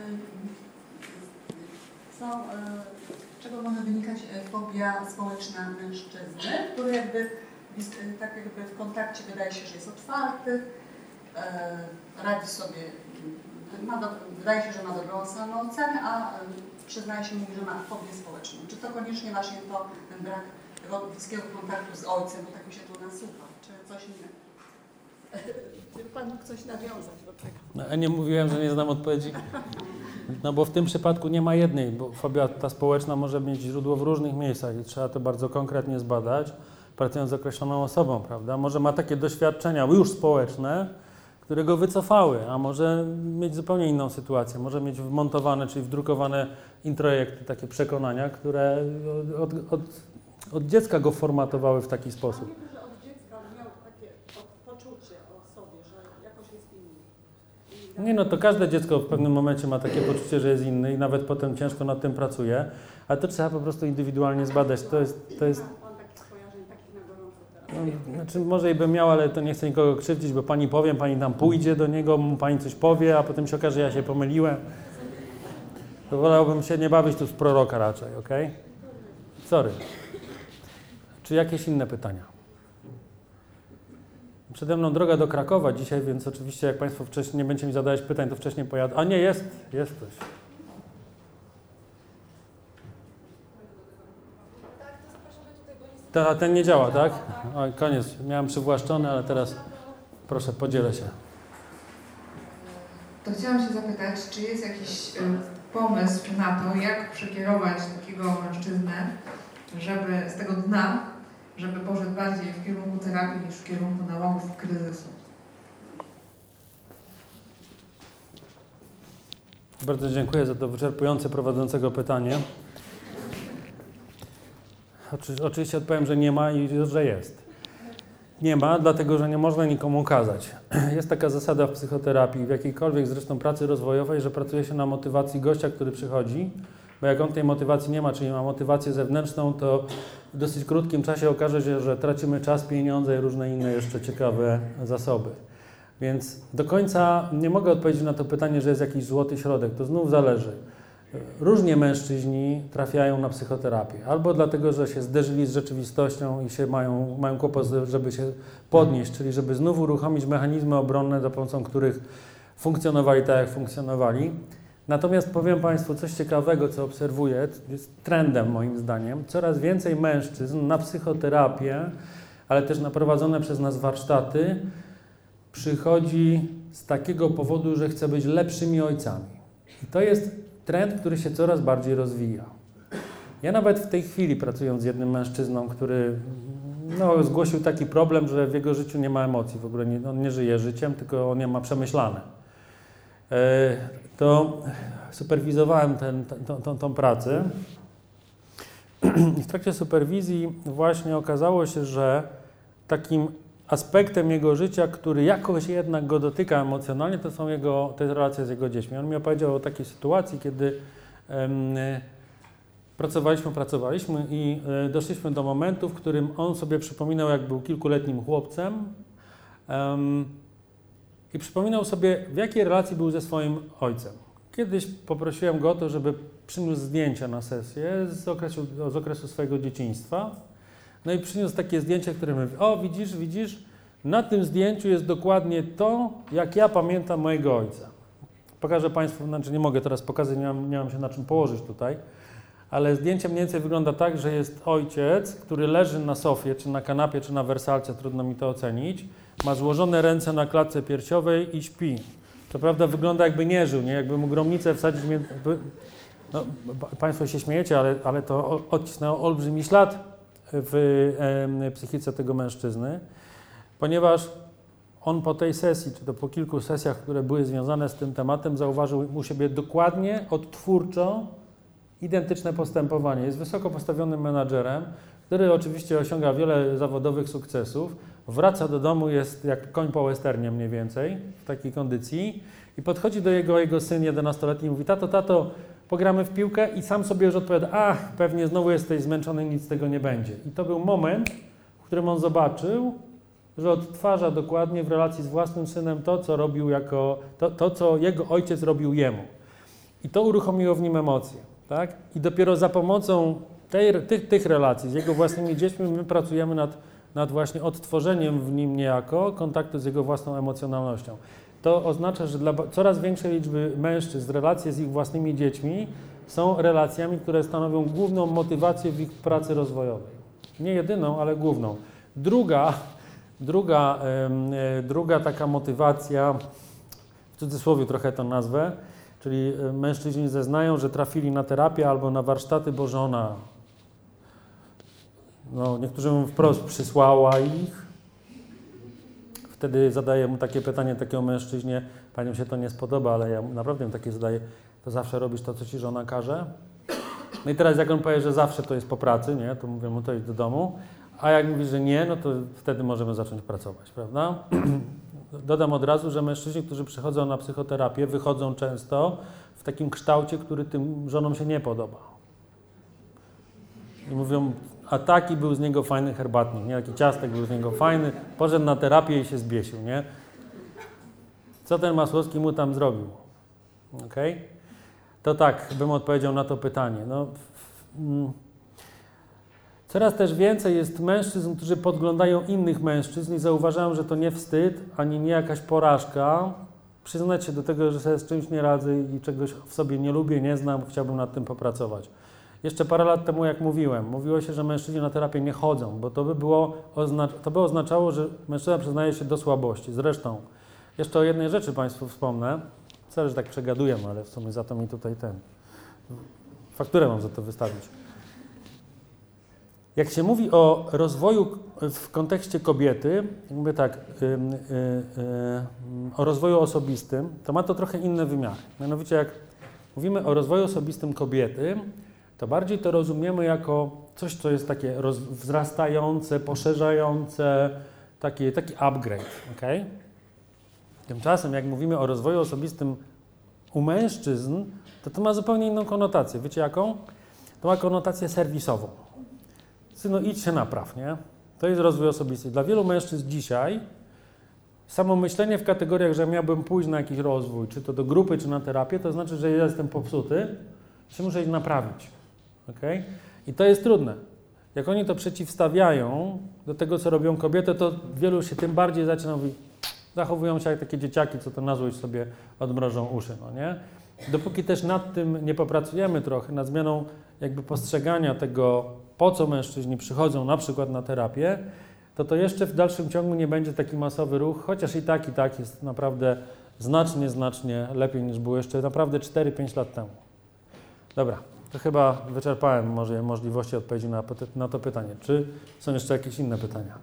co, z czego może wynikać fobia społeczna mężczyzny, który jakby tak jakby w kontakcie wydaje się, że jest otwarty, radzi sobie, ma do, wydaje się, że ma dobrą samoocenę, a przyznaje się, mówi, że ma fobię społeczną. Czy to koniecznie właśnie to ten brak tego bliskiego kontaktu z ojcem, bo tak mi się tu nasuwa, czy coś innego? Gdyby Pan mógł coś nawiązać do tego. No, ja nie mówiłem, że nie znam odpowiedzi. No bo w tym przypadku nie ma jednej, bo fobia ta społeczna może mieć źródło w różnych miejscach i trzeba to bardzo konkretnie zbadać, pracując z określoną osobą, prawda? Może ma takie doświadczenia już społeczne, które go wycofały, a może mieć zupełnie inną sytuację, może mieć wmontowane, czyli wdrukowane introjekty, takie przekonania, które od, od, od dziecka go formatowały w taki sposób. Że od dziecka miał takie poczucie o sobie, że jakoś jest inny. Nie no, to każde dziecko w pewnym momencie ma takie poczucie, że jest inny i nawet potem ciężko nad tym pracuje, ale to trzeba po prostu indywidualnie zbadać. To jest, to jest... Pan takich skojarzeń, takich na gorąco teraz? No, znaczy może i bym miał, ale to nie chcę nikogo krzywdzić, bo pani powiem, pani tam pójdzie do niego, mu pani coś powie, a potem się okaże, że ja się pomyliłem. To wolałbym się nie bawić tu z proroka raczej, okej? Sorry. Czy jakieś inne pytania? Przede mną droga do Krakowa dzisiaj, więc oczywiście jak Państwo wcześniej nie będziecie mi zadawać pytań, to wcześniej pojadę. A nie, jest, jest coś. Ta, ten nie działa, tak? Oj, koniec. Miałem przywłaszczony, ale teraz proszę, podzielę się. To chciałam się zapytać, czy jest jakiś y, pomysł na to, jak przekierować takiego mężczyznę, żeby z tego dna, żeby poszedł bardziej w kierunku terapii niż w kierunku nałogów kryzysu? Bardzo dziękuję za to wyczerpujące prowadzącego pytanie. Oczy, oczywiście odpowiem, że nie ma i że jest. Nie ma, dlatego że nie można nikomu kazać. Jest taka zasada w psychoterapii, w jakiejkolwiek zresztą pracy rozwojowej, że pracuje się na motywacji gościa, który przychodzi, bo jak on tej motywacji nie ma, czyli ma motywację zewnętrzną, to w dosyć krótkim czasie okaże się, że tracimy czas, pieniądze i różne inne jeszcze ciekawe zasoby. Więc do końca nie mogę odpowiedzieć na to pytanie, że jest jakiś złoty środek. To znów zależy. Różnie mężczyźni trafiają na psychoterapię. Albo dlatego, że się zderzyli z rzeczywistością i się mają, mają kłopot, żeby się podnieść, czyli żeby znów uruchomić mechanizmy obronne, za pomocą których funkcjonowali tak, jak funkcjonowali. Natomiast powiem Państwu coś ciekawego, co obserwuję, jest trendem moim zdaniem. Coraz więcej mężczyzn na psychoterapię, ale też na prowadzone przez nas warsztaty, przychodzi z takiego powodu, że chce być lepszymi ojcami. I to jest trend, który się coraz bardziej rozwija. Ja nawet w tej chwili pracując z jednym mężczyzną, który no, zgłosił taki problem, że w jego życiu nie ma emocji, w ogóle nie, on nie żyje życiem, tylko on je ma przemyślane. E, to superwizowałem ten, tą, tą, tą pracę i w trakcie superwizji właśnie okazało się, że takim aspektem jego życia, który jakoś jednak go dotyka emocjonalnie, to są jego, te relacje z jego dziećmi. On mi opowiedział o takiej sytuacji, kiedy um, pracowaliśmy, pracowaliśmy i e, doszliśmy do momentu, w którym on sobie przypominał, jak był kilkuletnim chłopcem um, i przypominał sobie, w jakiej relacji był ze swoim ojcem. Kiedyś poprosiłem go o to, żeby przyniósł zdjęcia na sesję z okresu, z okresu swojego dzieciństwa. No i przyniósł takie zdjęcie, które mówi, o widzisz, widzisz, na tym zdjęciu jest dokładnie to, jak ja pamiętam mojego ojca. Pokażę Państwu, znaczy nie mogę teraz pokazać, nie mam, nie mam się na czym położyć tutaj, ale zdjęcie mniej więcej wygląda tak, że jest ojciec, który leży na sofie, czy na kanapie, czy na wersalce, trudno mi to ocenić, ma złożone ręce na klatce piersiowej i śpi. To prawda wygląda jakby nie żył, nie? Jakby mu gromnicę wsadzić między... No, Państwo się śmiejecie, ale, ale to odcisnęło olbrzymi ślad w e, psychice tego mężczyzny, ponieważ on po tej sesji, czy to po kilku sesjach, które były związane z tym tematem, zauważył u siebie dokładnie, odtwórczo identyczne postępowanie. Jest wysoko postawionym menadżerem, który oczywiście osiąga wiele zawodowych sukcesów, wraca do domu, jest jak koń po westernie mniej więcej, w takiej kondycji i podchodzi do jego, jego syn jedenastoletni i mówi, tato, tato, pogramy w piłkę i sam sobie już odpowiada, ach, pewnie znowu jesteś zmęczony, nic z tego nie będzie. I to był moment, w którym on zobaczył, że odtwarza dokładnie w relacji z własnym synem to, co robił jako, to, to co jego ojciec robił jemu. I to uruchomiło w nim emocje, tak? I dopiero za pomocą tej, tych, tych relacji z jego własnymi dziećmi my pracujemy nad, nad właśnie odtworzeniem w nim niejako kontaktu z jego własną emocjonalnością. To oznacza, że dla coraz większej liczby mężczyzn relacje z ich własnymi dziećmi są relacjami, które stanowią główną motywację w ich pracy rozwojowej. Nie jedyną, ale główną. Druga, druga, e, druga taka motywacja, w cudzysłowie trochę to nazwę, czyli mężczyźni zeznają, że trafili na terapię albo na warsztaty, bo żona, no niektórzy mówią wprost, przysłała ich. Wtedy zadaję mu takie pytanie takiego mężczyźnie, paniom się to nie spodoba, ale ja naprawdę mu takie zadaję, to zawsze robisz to, co ci żona każe? No i teraz jak on powie, że zawsze to jest po pracy, nie, to mówię mu to idź do domu, a jak mówi, że nie, no to wtedy możemy zacząć pracować, prawda? dodam od razu, że mężczyźni, którzy przychodzą na psychoterapię, wychodzą często w takim kształcie, który tym żonom się nie podoba. I mówią, a taki był z niego fajny herbatnik, nie? Taki ciastek był z niego fajny, poszedł na terapię i się zbiesił, nie? Co ten Masłowski mu tam zrobił? Okej? Okay? To tak, bym odpowiedział na to pytanie. No, mm, coraz też więcej jest mężczyzn, którzy podglądają innych mężczyzn i zauważają, że to nie wstyd, ani nie jakaś porażka. Przyznać się do tego, że sobie z czymś nie radzę i czegoś w sobie nie lubię, nie znam, chciałbym nad tym popracować. Jeszcze parę lat temu, jak mówiłem, mówiło się, że mężczyźni na terapię nie chodzą, bo to by, było oznacz- to by oznaczało, że mężczyzna przyznaje się do słabości. Zresztą, jeszcze o jednej rzeczy Państwu wspomnę. Wcale, że tak przegaduję, ale w sumie za to mi tutaj ten... fakturę mam za to wystawić. Jak się mówi o rozwoju w kontekście kobiety, mówię tak, yy, yy, yy, o rozwoju osobistym, to ma to trochę inne wymiary. Mianowicie jak mówimy o rozwoju osobistym kobiety, to bardziej to rozumiemy jako coś, co jest takie roz, wzrastające, poszerzające, taki, taki upgrade, okay? Tymczasem jak mówimy o rozwoju osobistym u mężczyzn, to to ma zupełnie inną konotację. Wiecie jaką? To ma konotację serwisową. Synu, idź się napraw, nie? To jest rozwój osobisty. Dla wielu mężczyzn dzisiaj samo myślenie w kategoriach, że miałbym pójść na jakiś rozwój, czy to do grupy, czy na terapię, to znaczy, że ja jestem popsuty, się muszę iść naprawić. Okay? I to jest trudne. Jak oni to przeciwstawiają do tego, co robią kobiety, to wielu się tym bardziej zaczyna mówić, zachowują się jak takie dzieciaki, co to na złość sobie odmrożą uszy, no nie? Dopóki też nad tym nie popracujemy trochę, nad zmianą jakby postrzegania tego, po co mężczyźni przychodzą na przykład na terapię, to to jeszcze w dalszym ciągu nie będzie taki masowy ruch, chociaż i tak, i tak jest naprawdę znacznie, znacznie lepiej niż było jeszcze naprawdę cztery pięć lat temu. Dobra, to chyba wyczerpałem może możliwości odpowiedzi na, na to pytanie. Czy są jeszcze jakieś inne pytania?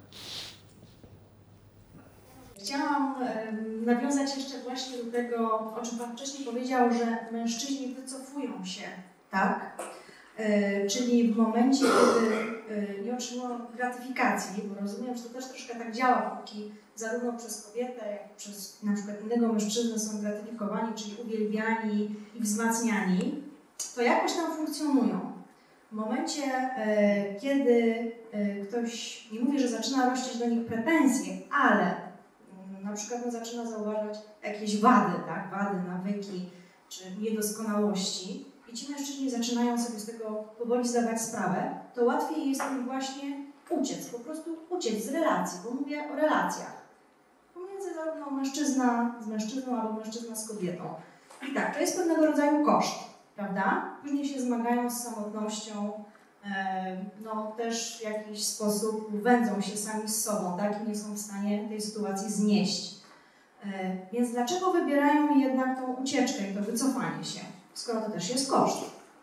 Chciałam em, nawiązać jeszcze właśnie do tego, o czym Pan wcześniej powiedział, że mężczyźni wycofują się, tak? E, czyli w momencie, kiedy e, nie otrzymują gratyfikacji, bo rozumiem, że to też troszkę tak działa, póki zarówno przez kobietę, jak i przez na przykład innego mężczyznę są gratyfikowani, czyli uwielbiani i wzmacniani, to jakoś tam funkcjonują. W momencie, e, kiedy e, ktoś, nie mówię, że zaczyna rościć do nich pretensje, ale na przykład no, zaczyna zauważać jakieś wady, tak? Wady, nawyki czy niedoskonałości i ci mężczyźni zaczynają sobie z tego powoli zdawać sprawę, to łatwiej jest im właśnie uciec, po prostu uciec z relacji, bo mówię o relacjach. Pomiędzy zarówno mężczyzna z mężczyzną albo mężczyzna z kobietą. I tak, to jest pewnego rodzaju koszt, prawda? Później się zmagają z samotnością, no też w jakiś sposób wędzą się sami z sobą, tak? I nie są w stanie tej sytuacji znieść. Więc dlaczego wybierają jednak tą ucieczkę i to wycofanie się, skoro to też jest koszt?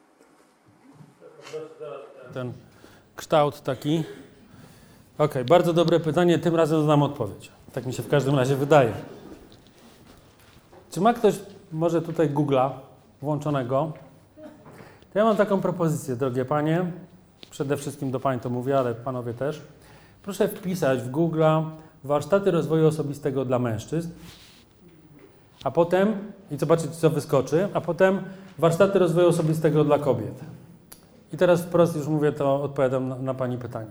Ten kształt taki. Okej, okay, bardzo dobre pytanie, tym razem znam odpowiedź. Tak mi się w każdym razie wydaje. Czy ma ktoś może tutaj Google'a włączonego? To ja mam taką propozycję, drogie panie. Przede wszystkim do pań to mówię, ale panowie też. Proszę wpisać w Google'a warsztaty rozwoju osobistego dla mężczyzn, a potem, i zobaczyć co wyskoczy, a potem warsztaty rozwoju osobistego dla kobiet. I teraz wprost już mówię, to odpowiadam na, na pani pytanie.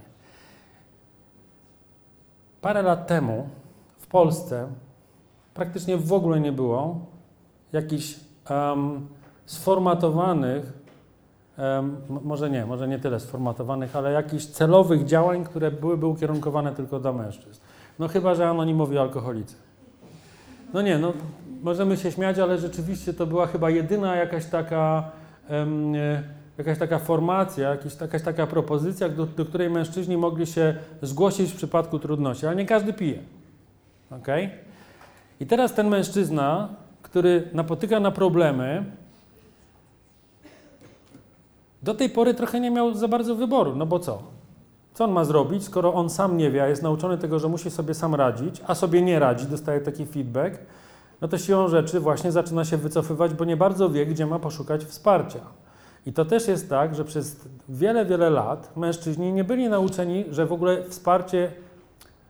Parę lat temu w Polsce praktycznie w ogóle nie było jakichś um, sformatowanych, Um, może nie, może nie tyle sformatowanych, ale jakichś celowych działań, które byłyby ukierunkowane tylko dla mężczyzn. No chyba, że anonimowi alkoholicy. No nie, no możemy się śmiać, ale rzeczywiście to była chyba jedyna jakaś taka, um, jakaś taka formacja, jakaś, jakaś taka propozycja, do, do której mężczyźni mogli się zgłosić w przypadku trudności, ale nie każdy pije. Okay? I teraz ten mężczyzna, który napotyka na problemy, do tej pory trochę nie miał za bardzo wyboru, no bo co? Co on ma zrobić, skoro on sam nie wie, a jest nauczony tego, że musi sobie sam radzić, a sobie nie radzi, dostaje taki feedback, no to siłą rzeczy właśnie zaczyna się wycofywać, bo nie bardzo wie, gdzie ma poszukać wsparcia. I to też jest tak, że przez wiele, wiele lat mężczyźni nie byli nauczeni, że w ogóle wsparcie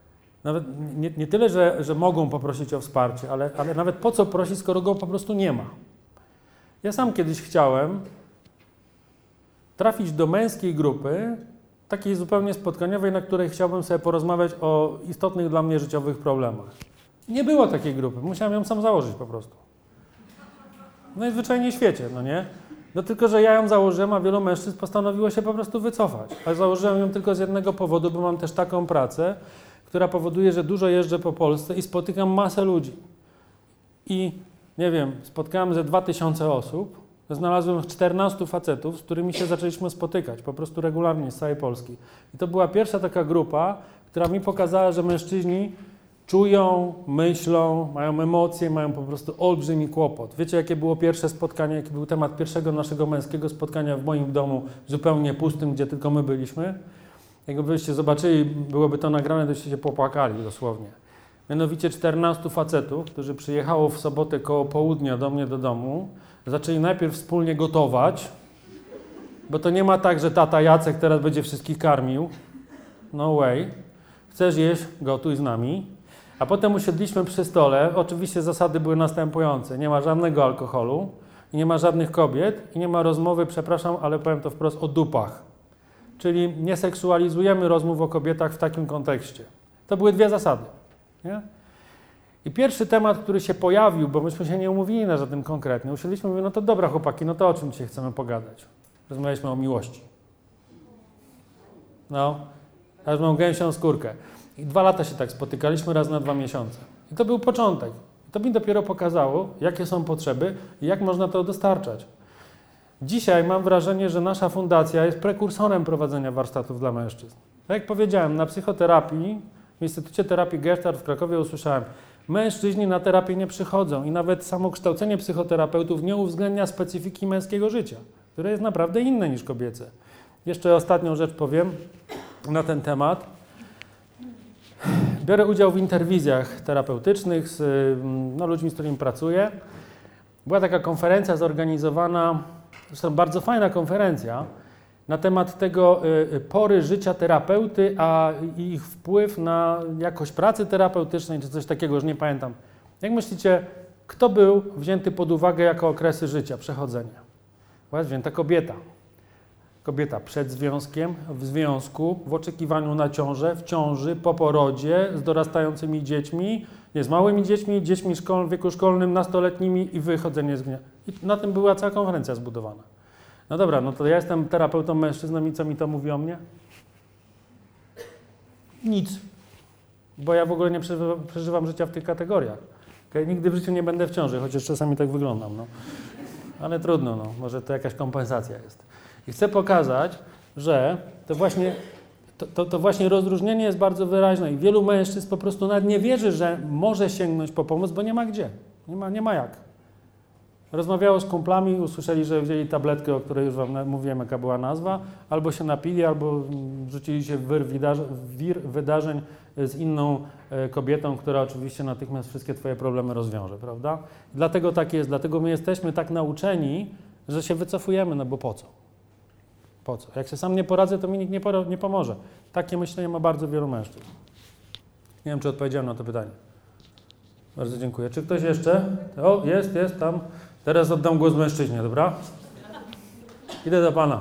Nawet nie, nie tyle, że, że mogą poprosić o wsparcie, ale, ale nawet po co prosić, skoro go po prostu nie ma. Ja sam kiedyś chciałem trafić do męskiej grupy, takiej zupełnie spotkaniowej, na której chciałbym sobie porozmawiać o istotnych dla mnie życiowych problemach. Nie było takiej grupy, musiałem ją sam założyć po prostu. Najzwyczajniej w świecie, no nie? No tylko, że ja ją założyłem, a wielu mężczyzn postanowiło się po prostu wycofać. Ale założyłem ją tylko z jednego powodu, bo mam też taką pracę, która powoduje, że dużo jeżdżę po Polsce i spotykam masę ludzi. I nie wiem, spotkałem ze dwa tysiące osób, znalazłem czternastu facetów, z którymi się zaczęliśmy spotykać, po prostu regularnie z całej Polski. I to była pierwsza taka grupa, która mi pokazała, że mężczyźni czują, myślą, mają emocje, mają po prostu olbrzymi kłopot. Wiecie, jakie było pierwsze spotkanie, jaki był temat pierwszego naszego męskiego spotkania w moim domu, zupełnie pustym, gdzie tylko my byliśmy? Jakbyście zobaczyli, byłoby to nagrane, to byście się popłakali dosłownie. Mianowicie czternastu facetów, którzy przyjechało w sobotę koło południa do mnie do domu, zaczęli najpierw wspólnie gotować, bo to nie ma tak, że tata Jacek teraz będzie wszystkich karmił. No way. Chcesz jeść? Gotuj z nami. A potem usiedliśmy przy stole. Oczywiście zasady były następujące. Nie ma żadnego alkoholu, nie ma żadnych kobiet i nie ma rozmowy, przepraszam, ale powiem to wprost, o dupach. Czyli nie seksualizujemy rozmów o kobietach w takim kontekście. To były dwie zasady. Nie? I pierwszy temat, który się pojawił, bo myśmy się nie umówili na żaden konkretny, usiedliśmy i mówimy, no to dobra chłopaki, no to o czym dzisiaj chcemy pogadać? Rozmawialiśmy o miłości. No, aż mam gęsią skórkę. I dwa lata się tak spotykaliśmy raz na dwa miesiące. I to był początek. I to mi dopiero pokazało, jakie są potrzeby i jak można to dostarczać. Dzisiaj mam wrażenie, że nasza fundacja jest prekursorem prowadzenia warsztatów dla mężczyzn. Tak jak powiedziałem, na psychoterapii, w Instytucie Terapii Gestalt w Krakowie usłyszałem, mężczyźni na terapię nie przychodzą i nawet samo kształcenie psychoterapeutów nie uwzględnia specyfiki męskiego życia, które jest naprawdę inne niż kobiece. Jeszcze ostatnią rzecz powiem na ten temat. Biorę udział w interwizjach terapeutycznych z no, ludźmi, z którymi pracuję. Była taka konferencja zorganizowana, zresztą bardzo fajna konferencja, na temat tego y, pory życia terapeuty, a ich wpływ na jakość pracy terapeutycznej, czy coś takiego, już nie pamiętam. Jak myślicie, kto był wzięty pod uwagę jako okresy życia, przechodzenia? Była wzięta kobieta. Kobieta przed związkiem, w związku, w oczekiwaniu na ciążę, w ciąży, po porodzie, z dorastającymi dziećmi, nie, z małymi dziećmi, dziećmi szkol, w wieku szkolnym, nastoletnimi i wychodzenie z gniazda. I na tym była cała konferencja zbudowana. No dobra, no to ja jestem terapeutą mężczyzną i co mi to mówi o mnie? Nic. Bo ja w ogóle nie przeżywam, przeżywam życia w tych kategoriach. Okay? Nigdy w życiu nie będę w ciąży, chociaż czasami tak wyglądam. No. Ale trudno, no. Może to jakaś kompensacja jest. I chcę pokazać, że to właśnie, to, to, to właśnie rozróżnienie jest bardzo wyraźne i wielu mężczyzn po prostu nawet nie wierzy, że może sięgnąć po pomoc, bo nie ma gdzie. Nie ma, nie ma jak. Rozmawiało z kumplami, usłyszeli, że wzięli tabletkę, o której już wam mówiłem, jaka była nazwa, albo się napili, albo rzucili się w wir, w wir wydarzeń z inną kobietą, która oczywiście natychmiast wszystkie twoje problemy rozwiąże, prawda? I dlatego tak jest, dlatego my jesteśmy tak nauczeni, że się wycofujemy, no bo po co? Po co? Jak się sam nie poradzę, to mi nikt nie, por- nie pomoże. Takie myślenie ma bardzo wielu mężczyzn. Nie wiem, czy odpowiedziałem na to pytanie. Bardzo dziękuję. Czy ktoś jeszcze? O, jest, jest, tam. Teraz oddam głos mężczyźnie, dobra? Idę do pana.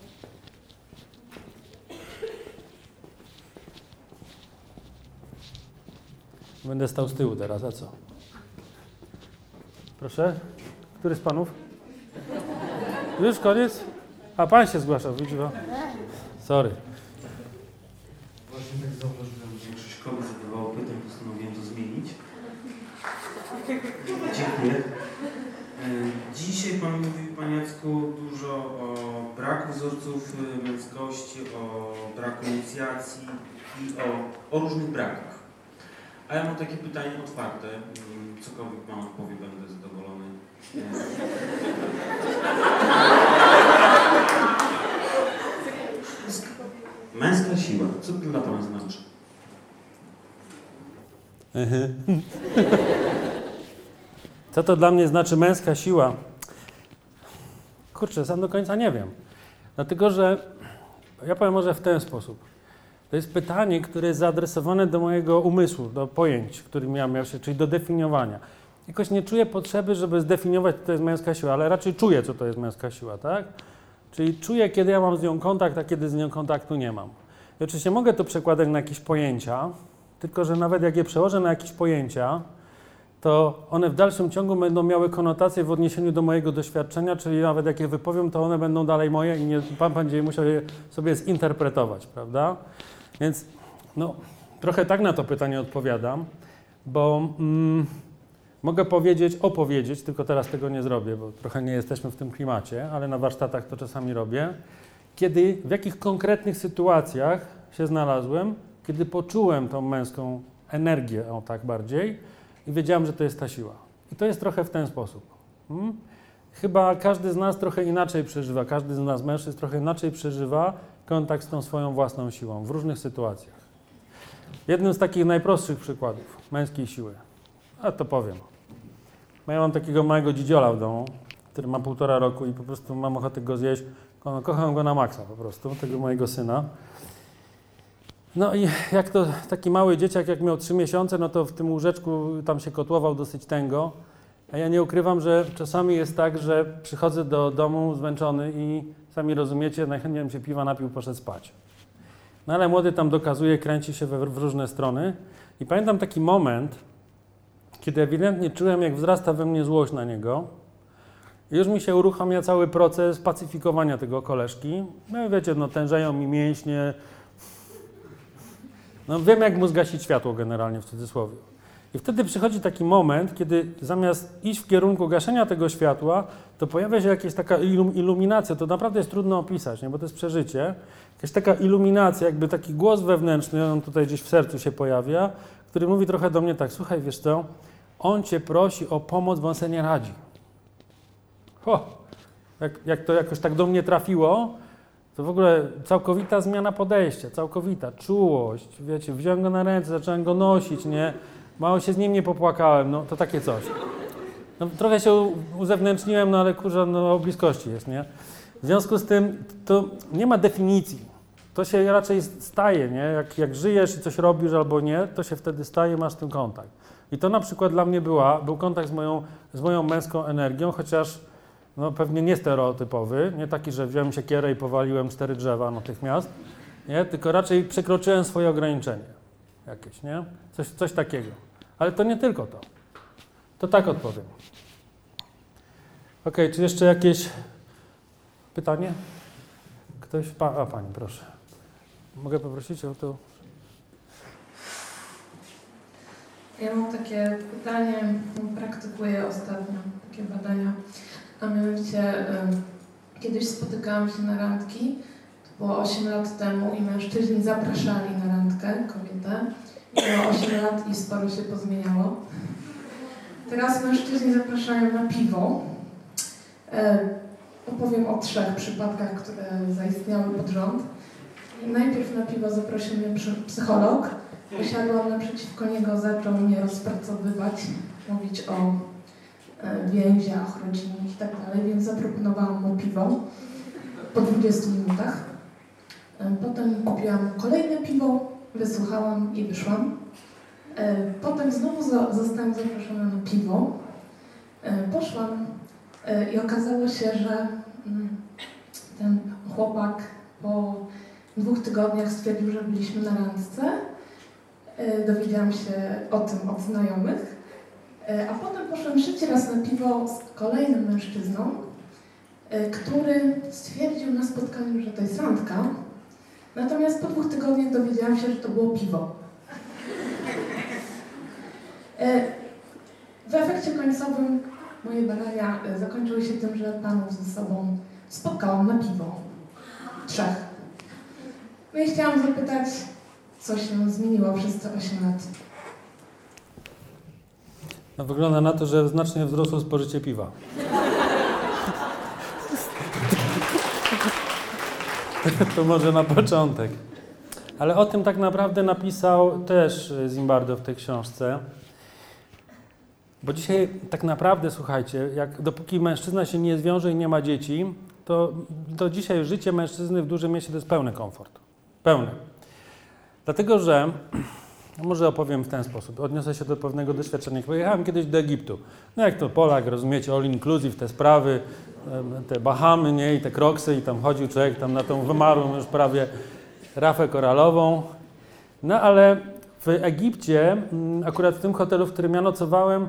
Będę stał z tyłu teraz, a co? Proszę? Który z panów? Już koniec? A pan się zgłaszał, widzi pan? Sorry. Właśnie tak zauważyłem, że większość kobiet zadawało pytań, postanowiłem to zmienić. Dziękuję. Dzisiaj Pan mówił, Panie Jacku, dużo o braku wzorców męskości, o braku inicjacji i o, o różnych brakach. A ja mam takie pytanie otwarte. Cokolwiek Pan odpowie, będę zadowolony. Męska siła. Co to dla Pana znaczy? Co to dla mnie znaczy męska siła? Kurczę, sam do końca nie wiem. Dlatego, że ja powiem może w ten sposób. To jest pytanie, które jest zaadresowane do mojego umysłu, do pojęć, którym ja miałem się, czyli do definiowania. Jakoś nie czuję potrzeby, żeby zdefiniować, co to jest męska siła, ale raczej czuję, co to jest męska siła, tak? Czyli czuję, kiedy ja mam z nią kontakt, a kiedy z nią kontaktu nie mam. I oczywiście mogę to przekładać na jakieś pojęcia, tylko że nawet jak je przełożę na jakieś pojęcia, to one w dalszym ciągu będą miały konotację w odniesieniu do mojego doświadczenia, czyli nawet jak je wypowiem, to one będą dalej moje i nie, Pan będzie musiał je sobie zinterpretować, prawda? Więc no, trochę tak na to pytanie odpowiadam, bo mm, mogę powiedzieć, opowiedzieć, tylko teraz tego nie zrobię, bo trochę nie jesteśmy w tym klimacie, ale na warsztatach to czasami robię, kiedy, w jakich konkretnych sytuacjach się znalazłem, kiedy poczułem tą męską energię, o tak bardziej, i wiedziałem, że to jest ta siła. I to jest trochę w ten sposób. Hmm? Chyba każdy z nas trochę inaczej przeżywa, każdy z nas mężczyzn trochę inaczej przeżywa kontakt z tą swoją własną siłą w różnych sytuacjach. Jednym z takich najprostszych przykładów męskiej siły, a to powiem. Ja mam takiego małego dzidziola w domu, który ma półtora roku i po prostu mam ochotę go zjeść. Ko- Kocham go na maksa po prostu, tego mojego syna. No i jak to taki mały dzieciak, jak miał trzy miesiące, no to w tym łóżeczku tam się kotłował dosyć tęgo. A ja nie ukrywam, że czasami jest tak, że przychodzę do domu zmęczony i sami rozumiecie, najchętniej bym się piwa napił, poszedł spać. No ale młody tam dokazuje, kręci się we, w różne strony. I pamiętam taki moment, kiedy ewidentnie czułem, jak wzrasta we mnie złość na niego. I już mi się uruchamia cały proces pacyfikowania tego koleżki. No i wiecie, no tężeją mi mięśnie. No wiem, jak mu zgasić światło generalnie, w cudzysłowie. I wtedy przychodzi taki moment, kiedy zamiast iść w kierunku gaszenia tego światła, to pojawia się jakaś taka ilum iluminacja. To naprawdę jest trudno opisać, nie? Bo to jest przeżycie. Jakaś taka iluminacja, jakby taki głos wewnętrzny, on tutaj gdzieś w sercu się pojawia, który mówi trochę do mnie tak, słuchaj, wiesz co, on cię prosi o pomoc, bo on sobie nie radzi. Ho! Jak, jak to jakoś tak do mnie trafiło, to w ogóle całkowita zmiana podejścia, całkowita, czułość, wiecie, wziąłem go na ręce, zacząłem go nosić, nie? Mało się z nim nie popłakałem, no to takie coś. No, trochę się uzewnętrzniłem, no ale kurczę, no o bliskości jest, nie? W związku z tym to nie ma definicji. To się raczej staje, nie? Jak, jak żyjesz i coś robisz albo nie, to się wtedy staje, masz z tym kontakt. I to na przykład dla mnie była, był kontakt z moją, z moją męską energią, chociaż no, pewnie nie stereotypowy, nie taki, że wziąłem siekierę i powaliłem cztery drzewa natychmiast, nie? Tylko raczej przekroczyłem swoje ograniczenie jakieś, nie? Coś, coś takiego. Ale to nie tylko to. To tak odpowiem. Ok, czy jeszcze jakieś pytanie? Ktoś? Pa, a, pani, proszę. Mogę poprosić o to? Ja mam takie pytanie, praktykuję ostatnio takie badania, a mianowicie y, kiedyś spotykałam się na randki, to było osiem lat temu i mężczyźni zapraszali na randkę kobietę. Było osiem lat i sporo się pozmieniało. Teraz mężczyźni zapraszają na piwo. E, opowiem o trzech przypadkach, które zaistniały pod rząd. I najpierw na piwo zaprosił mnie psycholog. Usiadłam naprzeciwko niego, zaczął mnie rozpracowywać, mówić o e, więziach, rodzinnych i tak dalej, więc zaproponowałam mu piwo po dwudziestu minutach. E, potem kupiłam kolejne piwo, wysłuchałam i wyszłam. E, potem znowu za, zostałam zaproszona na piwo. E, poszłam e, i okazało się, że mm, ten chłopak po dwóch tygodniach stwierdził, że byliśmy na randce. E, dowiedziałam się o tym od znajomych. E, a potem poszłam trzeci raz na piwo z kolejnym mężczyzną, e, który stwierdził na spotkaniu, że to jest randka. Natomiast po dwóch tygodniach dowiedziałam się, że to było piwo. W efekcie końcowym moje badania zakończyły się tym, że panów ze sobą spotkałam na piwo. Trzech. No i chciałam zapytać, co się zmieniło przez te osiem lat. No, wygląda na to, że znacznie wzrosło spożycie piwa. To może na początek. Ale o tym tak naprawdę napisał też Zimbardo w tej książce. Bo dzisiaj tak naprawdę, słuchajcie, jak dopóki mężczyzna się nie zwiąże i nie ma dzieci, to, to dzisiaj życie mężczyzny w dużej mierze to jest pełny komfort. Pełny. Dlatego, że, może opowiem w ten sposób, odniosę się do pewnego doświadczenia. Pojechałem kiedyś do Egiptu. No jak to Polak, rozumiecie, all inclusive, te sprawy, te Bahamy, nie, i te kroksy, i tam chodził człowiek tam na tą wymarłą już prawie rafę koralową. No ale w Egipcie, akurat w tym hotelu, w którym ja nocowałem,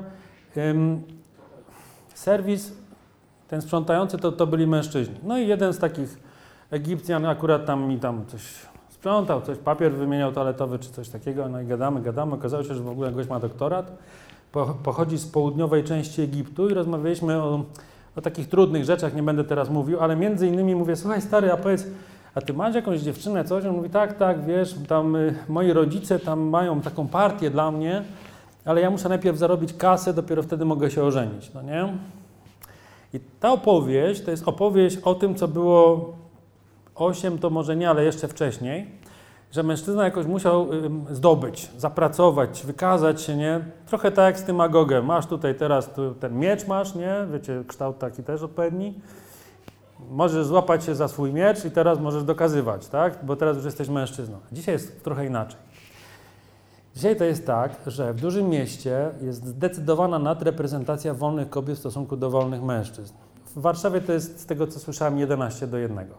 serwis, ten sprzątający, to, to byli mężczyźni. No i jeden z takich Egipcjan akurat tam mi tam coś sprzątał, coś, papier wymieniał toaletowy czy coś takiego, no i gadamy, gadamy. Okazało się, że w ogóle gość ma doktorat, pochodzi z południowej części Egiptu i rozmawialiśmy o, o takich trudnych rzeczach, nie będę teraz mówił, ale między innymi mówię, słuchaj stary, a powiedz, a ty masz jakąś dziewczynę, coś? On mówi, tak, tak, wiesz, tam y, moi rodzice tam mają taką partię dla mnie, ale ja muszę najpierw zarobić kasę, dopiero wtedy mogę się ożenić, no nie? I ta opowieść to jest opowieść o tym, co było osiem, to może nie, ale jeszcze wcześniej, że mężczyzna jakoś musiał y, zdobyć, zapracować, wykazać się, nie? Trochę tak jak z tym Agogem. Masz tutaj teraz tu, ten miecz masz, nie? Wiecie, kształt taki też odpowiedni. Możesz złapać się za swój miecz i teraz możesz dokazywać, tak? Bo teraz już jesteś mężczyzną. Dzisiaj jest trochę inaczej. Dzisiaj to jest tak, że w dużym mieście jest zdecydowana nadreprezentacja wolnych kobiet w stosunku do wolnych mężczyzn. W Warszawie to jest, z tego co słyszałem, jedenaście do jednego.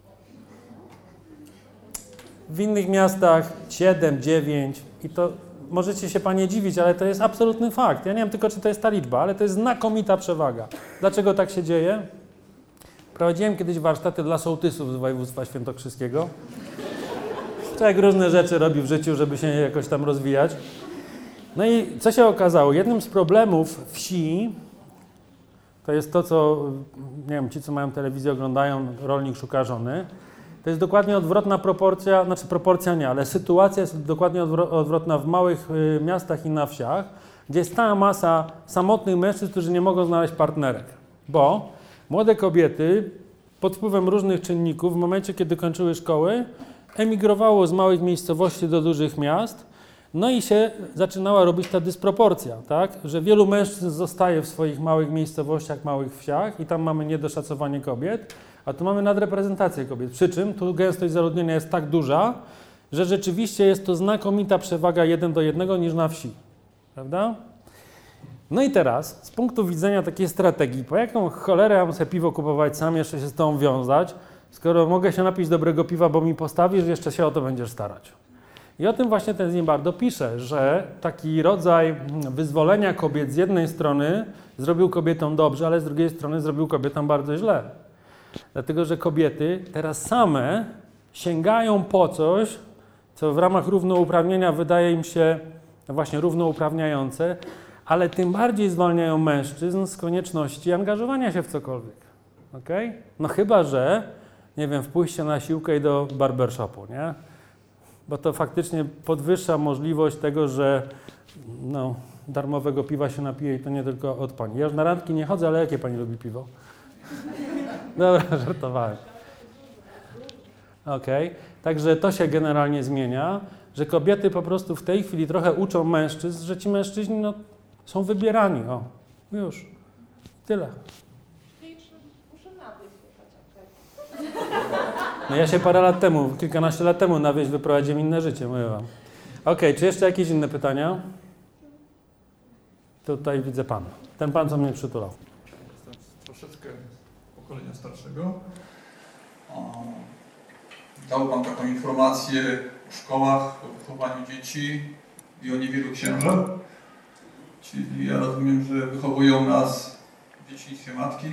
W innych miastach siedem, dziewięć i to możecie się panie dziwić, ale to jest absolutny fakt. Ja nie wiem tylko, czy to jest ta liczba, ale to jest znakomita przewaga. Dlaczego tak się dzieje? Prowadziłem kiedyś warsztaty dla sołtysów z województwa świętokrzyskiego. Człowiek różne rzeczy robi w życiu, żeby się jakoś tam rozwijać. No i co się okazało? Jednym z problemów wsi, to jest to, co, nie wiem, ci, co mają telewizję, oglądają, rolnik szuka żony, to jest dokładnie odwrotna proporcja, znaczy proporcja nie, ale sytuacja jest dokładnie odwrotna w małych y, miastach i na wsiach, gdzie jest cała masa samotnych mężczyzn, którzy nie mogą znaleźć partnerek, bo młode kobiety pod wpływem różnych czynników w momencie, kiedy kończyły szkoły, emigrowało z małych miejscowości do dużych miast, no i się zaczynała robić ta dysproporcja, tak? Że wielu mężczyzn zostaje w swoich małych miejscowościach, małych wsiach i tam mamy niedoszacowanie kobiet, a tu mamy nadreprezentację kobiet. Przy czym tu gęstość zaludnienia jest tak duża, że rzeczywiście jest to znakomita przewaga jeden do jednego niż na wsi, prawda? No i teraz, z punktu widzenia takiej strategii, po jaką cholerę ja mam sobie piwo kupować sam, jeszcze się z tą wiązać, skoro mogę się napić dobrego piwa, bo mi postawisz, jeszcze się o to będziesz starać. I o tym właśnie ten Zimbardo pisze, że taki rodzaj wyzwolenia kobiet z jednej strony zrobił kobietom dobrze, ale z drugiej strony zrobił kobietom bardzo źle. Dlatego, że kobiety teraz same sięgają po coś, co w ramach równouprawnienia wydaje im się właśnie równouprawniające, ale tym bardziej zwalniają mężczyzn z konieczności angażowania się w cokolwiek. Okay? No chyba, że, nie wiem, wpójście na siłkę i do barbershopu, nie? Bo to faktycznie podwyższa możliwość tego, że no, darmowego piwa się napije i to nie tylko od pani. Ja już na randki nie chodzę, ale jakie pani lubi piwo? Dobra, żartowałem. Okej, okay. Także to się generalnie zmienia, że kobiety po prostu w tej chwili trochę uczą mężczyzn, że ci mężczyźni no, są wybierani. O, już. Tyle. No ja się parę lat temu, kilkanaście lat temu na wieś wyprowadziłem inne życie, mówię wam. Okej, okay, czy jeszcze jakieś inne pytania? Tutaj widzę pana. Ten pan, co mnie przytulał. Jestem troszeczkę pokolenia starszego. O, dał pan taką informację o szkołach, o wychowaniu dzieci i o niewielu księżach. Czyli ja rozumiem, że wychowują nas w dzieciństwie matki,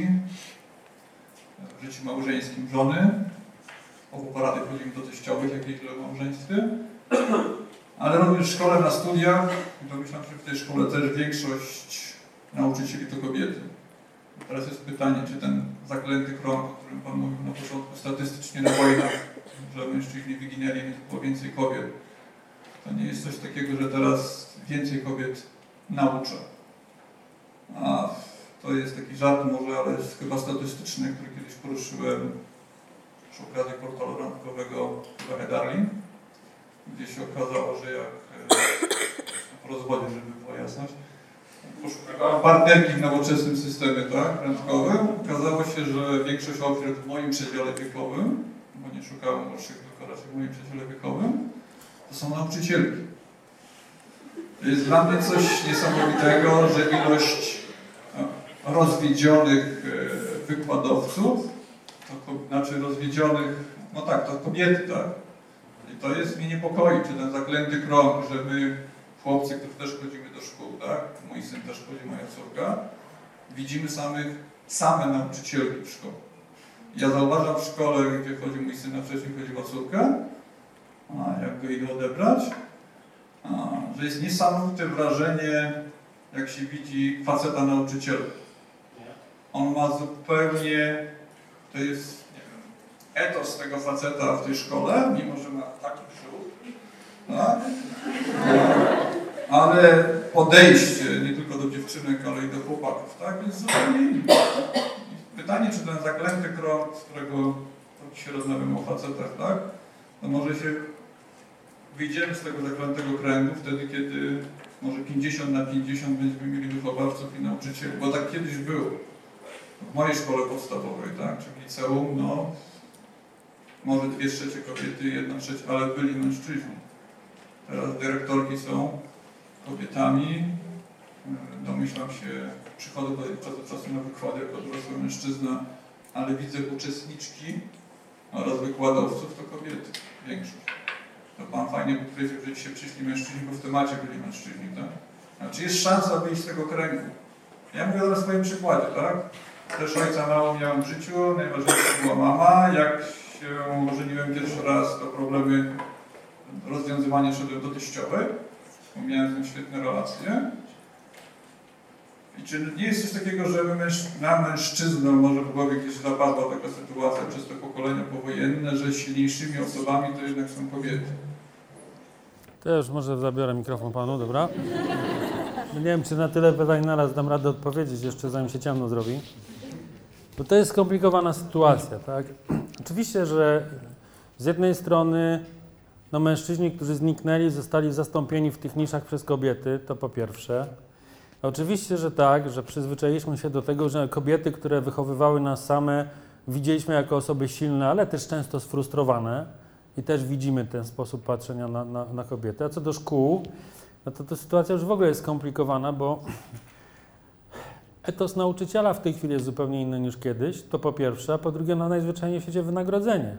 w życiu małżeńskim żony. Obu porady chodzimy do teściowych, jak i w małżeństwie. Ale również w szkole, na studiach. Domyślam się, że w tej szkole też większość nauczycieli to kobiety. Teraz jest pytanie, czy ten zaklęty krąg, o którym pan mówił na początku, statystycznie na wojnach, że mężczyźni wyginęli, więc było więcej kobiet. To nie jest coś takiego, że teraz więcej kobiet naucza. A to jest taki żart może, ale jest chyba statystyczny, który kiedyś poruszyłem przy okazji portalu randkowego chyba Edarli, gdzie się okazało, że jak po rozwodzie, żeby była jasność, poszukiwałem partnerki w nowoczesnym systemie, tak, randkowym. Okazało się, że większość ofiar w moim przedziale wiekowym, bo nie szukałem młodszych, tylko raczej w moim przedziale wiekowym, to są nauczycielki. To jest dla mnie coś niesamowitego, że ilość rozwiedzionych wykładowców, to znaczy rozwiedzionych, no tak, to kobiety, tak? I to jest mnie niepokoi, czy ten zaklęty krąg, że my, chłopcy, którzy też chodzimy do szkół, tak? Mój syn też chodzi, moja córka, widzimy samych, same nauczycielki w szkole. Ja zauważam w szkole, gdzie chodzi mój syn, a wcześniej chodziła córka, a jak go idę odebrać, a, że jest niesamowite wrażenie, jak się widzi faceta nauczyciela. On ma zupełnie, to jest, nie wiem, etos tego faceta w tej szkole, mimo że ma taki brzuch, tak? Ale podejście nie tylko do dziewczynek, ale i do chłopaków, tak? Jest zupełnie inne. Pytanie, czy ten zaklęty krąg, z którego dzisiaj rozmawiamy o facetach, tak? No może się wyjdziemy z tego zaklętego kręgu wtedy, kiedy może pięćdziesiąt na pięćdziesiąt będziemy mieli wychowawców i nauczycieli, bo tak kiedyś było. W mojej szkole podstawowej, tak, czy w liceum, no, może dwie trzecie kobiety, jedna trzecia, ale byli mężczyźni. Teraz dyrektorki są kobietami. Domyślam się, przychodzę do czas od czasu na wykłady jako dorosły mężczyzna, ale widzę uczestniczki oraz wykładowców to kobiety, większość. To Pan fajnie powiedział, że dzisiaj przyszli mężczyźni, bo w temacie byli mężczyźni, tak? Znaczy jest szansa wyjść z tego kręgu. Ja mówię na swoim przykładzie, tak? Też ojca mało miałem w życiu, najważniejsza była mama. Jak się ożeniłem pierwszy raz, to problemy rozwiązywania szedłem do teściowej, bo miałem z nim świetne relacje. I czy nie jest coś takiego, że męż na mężczyznę może w głowie gdzieś zapadła taka sytuacja przez te pokolenia powojenne, że silniejszymi osobami to jednak są kobiety? To już może zabiorę mikrofon panu, dobra? Nie wiem, czy na tyle pytań naraz dam radę odpowiedzieć, jeszcze zanim się ciemno zrobi. Bo to jest skomplikowana sytuacja, tak? Oczywiście, że z jednej strony no, mężczyźni, którzy zniknęli, zostali zastąpieni w tych niszach przez kobiety, to po pierwsze. Oczywiście, że tak, że przyzwyczailiśmy się do tego, że kobiety, które wychowywały nas same, widzieliśmy jako osoby silne, ale też często sfrustrowane i też widzimy ten sposób patrzenia na, na, na kobiety. A co do szkół, no to, to sytuacja już w ogóle jest skomplikowana, bo etos nauczyciela w tej chwili jest zupełnie inny niż kiedyś, to po pierwsze, a po drugie no najzwyczajniej w świecie wynagrodzenie,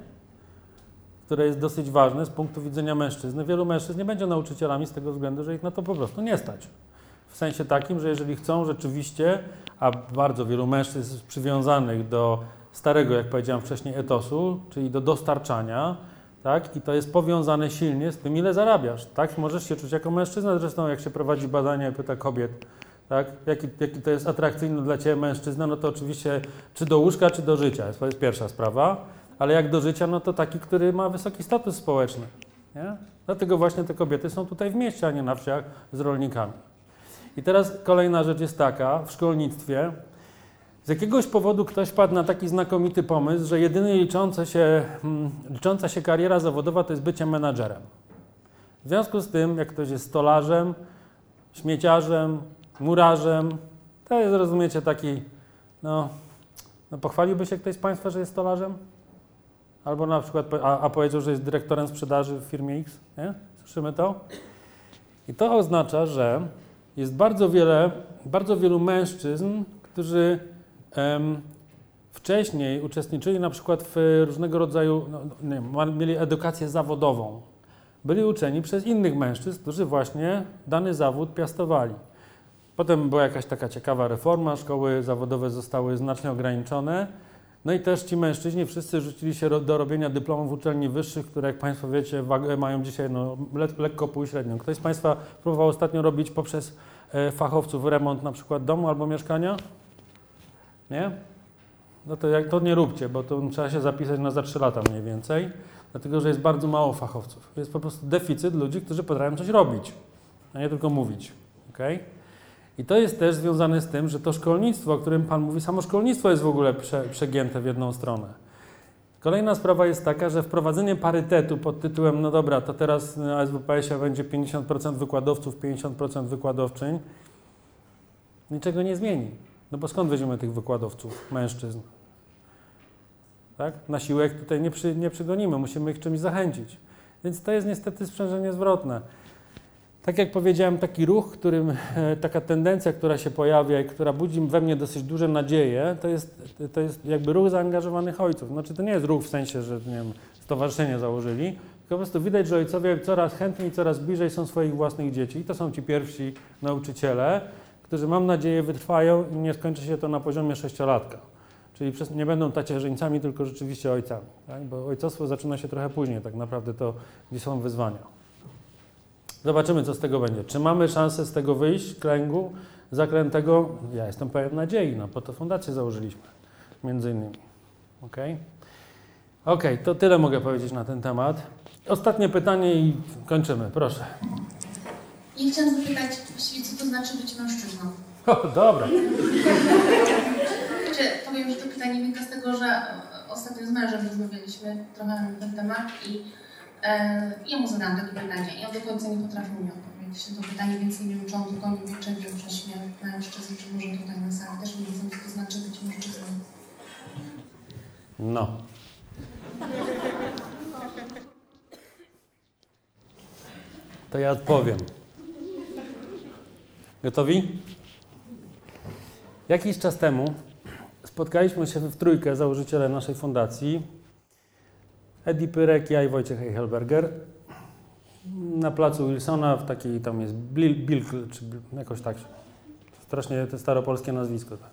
które jest dosyć ważne z punktu widzenia mężczyzny. Wielu mężczyzn nie będzie nauczycielami z tego względu, że ich na to po prostu nie stać. W sensie takim, że jeżeli chcą rzeczywiście, a bardzo wielu mężczyzn jest przywiązanych do starego, jak powiedziałem wcześniej, etosu, czyli do dostarczania, tak? I to jest powiązane silnie z tym, ile zarabiasz. Tak? Możesz się czuć jako mężczyzna, zresztą jak się prowadzi badania i pyta kobiet, tak? Jaki, jaki to jest atrakcyjny dla Ciebie mężczyzna, no to oczywiście czy do łóżka, czy do życia, to jest pierwsza sprawa, ale jak do życia, no to taki, który ma wysoki status społeczny. Nie? Dlatego właśnie te kobiety są tutaj w mieście, a nie na wsiach z rolnikami. I teraz kolejna rzecz jest taka, w szkolnictwie, z jakiegoś powodu ktoś padł na taki znakomity pomysł, że jedynie liczące się, hmm, licząca się kariera zawodowa to jest bycie menadżerem. W związku z tym, jak ktoś jest stolarzem, śmieciarzem, murarzem, to jest, rozumiecie, taki, no, no pochwaliłby się ktoś z Państwa, że jest stolarzem? Albo na przykład, a, a powiedział, że jest dyrektorem sprzedaży w firmie X, nie? Słyszymy to? I to oznacza, że jest bardzo wiele, bardzo wielu mężczyzn, którzy em, wcześniej uczestniczyli na przykład w różnego rodzaju, no, nie wiem, mieli edukację zawodową. Byli uczeni przez innych mężczyzn, którzy właśnie dany zawód piastowali. Potem była jakaś taka ciekawa reforma, szkoły zawodowe zostały znacznie ograniczone. No i też ci mężczyźni wszyscy rzucili się do robienia dyplomów uczelni wyższych, które jak Państwo wiecie wagę mają dzisiaj no, le lekko półśrednią. Ktoś z Państwa próbował ostatnio robić poprzez e, fachowców remont na przykład domu albo mieszkania? Nie? No to, jak, to nie róbcie, bo to trzeba się zapisać na za trzy lata mniej więcej, dlatego że jest bardzo mało fachowców. Jest po prostu deficyt ludzi, którzy potrafią coś robić, a nie tylko mówić. Okay? I to jest też związane z tym, że to szkolnictwo, o którym Pan mówi, samo szkolnictwo jest w ogóle prze, przegięte w jedną stronę. Kolejna sprawa jest taka, że wprowadzenie parytetu pod tytułem, no dobra, to teraz na S W P S-ie będzie pięćdziesiąt procent wykładowców, pięćdziesiąt procent wykładowczyń, niczego nie zmieni. No bo skąd weźmiemy tych wykładowców, mężczyzn? Tak? Na siłę ich tutaj nie, przy, nie przygonimy, musimy ich czymś zachęcić. Więc to jest niestety sprzężenie zwrotne. Tak jak powiedziałem, taki ruch, którym, taka tendencja, która się pojawia i która budzi we mnie dosyć duże nadzieje, to jest, to jest jakby ruch zaangażowanych ojców. Znaczy to nie jest ruch w sensie, że nie wiem, stowarzyszenie założyli, tylko po prostu widać, że ojcowie coraz chętniej, coraz bliżej są swoich własnych dzieci. I to są ci pierwsi nauczyciele, którzy mam nadzieję wytrwają i nie skończy się to na poziomie sześciolatka. Czyli przez, nie będą tacierzyńcami, tylko rzeczywiście ojcami. Tak? Bo ojcostwo zaczyna się trochę później, tak naprawdę to, gdzie są wyzwania. Zobaczymy, co z tego będzie. Czy mamy szansę z tego wyjść, kręgu zaklętego? Ja jestem pełen nadziei, no po to fundację założyliśmy, między innymi. Ok? Ok, to tyle mogę powiedzieć na ten temat. Ostatnie pytanie i kończymy, proszę. I chciałam zapytać właściwie, co to znaczy być mężczyzną? O, dobra. Czy powiem, że to pytanie wynika z tego, że ostatnio z mężem rozmawialiśmy trochę na ten temat i e, ja mu zadałam takie pytanie i on do końca nie potrafił mi odpowiedzieć na to pytanie, więc nie wiem, czy on tylko nie wie, czy wiem, że się mężczyzn, czy może tutaj na sali też nie wiedzą, co to znaczy być mężczyzną. No. To ja odpowiem. Gotowi? Jakiś czas temu spotkaliśmy się w trójkę, założyciele naszej fundacji, Edi Pyrek, ja i Wojciech Eichelberger, na placu Wilsona, w takiej, tam jest Bilk, czy jakoś tak, strasznie to staropolskie nazwisko. Tak.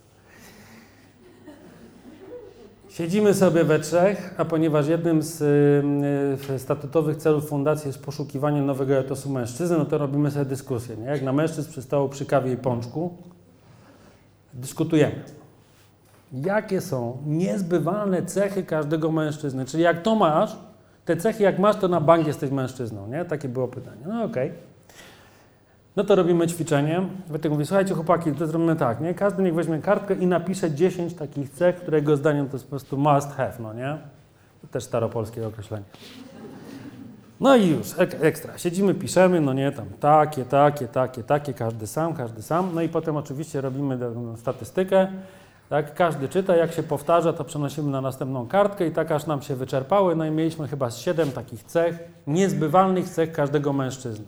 Siedzimy sobie we trzech, a ponieważ jednym z y, statutowych celów fundacji jest poszukiwanie nowego etosu mężczyzny, no to robimy sobie dyskusję, nie? Jak na mężczyzn przystało przy kawie i pączku, dyskutujemy. Jakie są niezbywalne cechy każdego mężczyzny? Czyli jak to masz, te cechy jak masz, to na bank jesteś mężczyzną, nie? Takie było pytanie. No okej. Okay. No to robimy ćwiczenie. Wojtek mówi, słuchajcie chłopaki, to zrobimy tak, nie? Każdy niech weźmie kartkę i napisze dziesięć takich cech, które jego zdaniem to jest po prostu must have, no nie? To też staropolskie określenie. No i już, ek ekstra. Siedzimy, piszemy, no nie, tam takie, takie, takie, takie, każdy sam, każdy sam. No i potem oczywiście robimy statystykę, tak? Każdy czyta, jak się powtarza, to przenosimy na następną kartkę i tak aż nam się wyczerpały. No i mieliśmy chyba siedem takich cech, niezbywalnych cech każdego mężczyzny.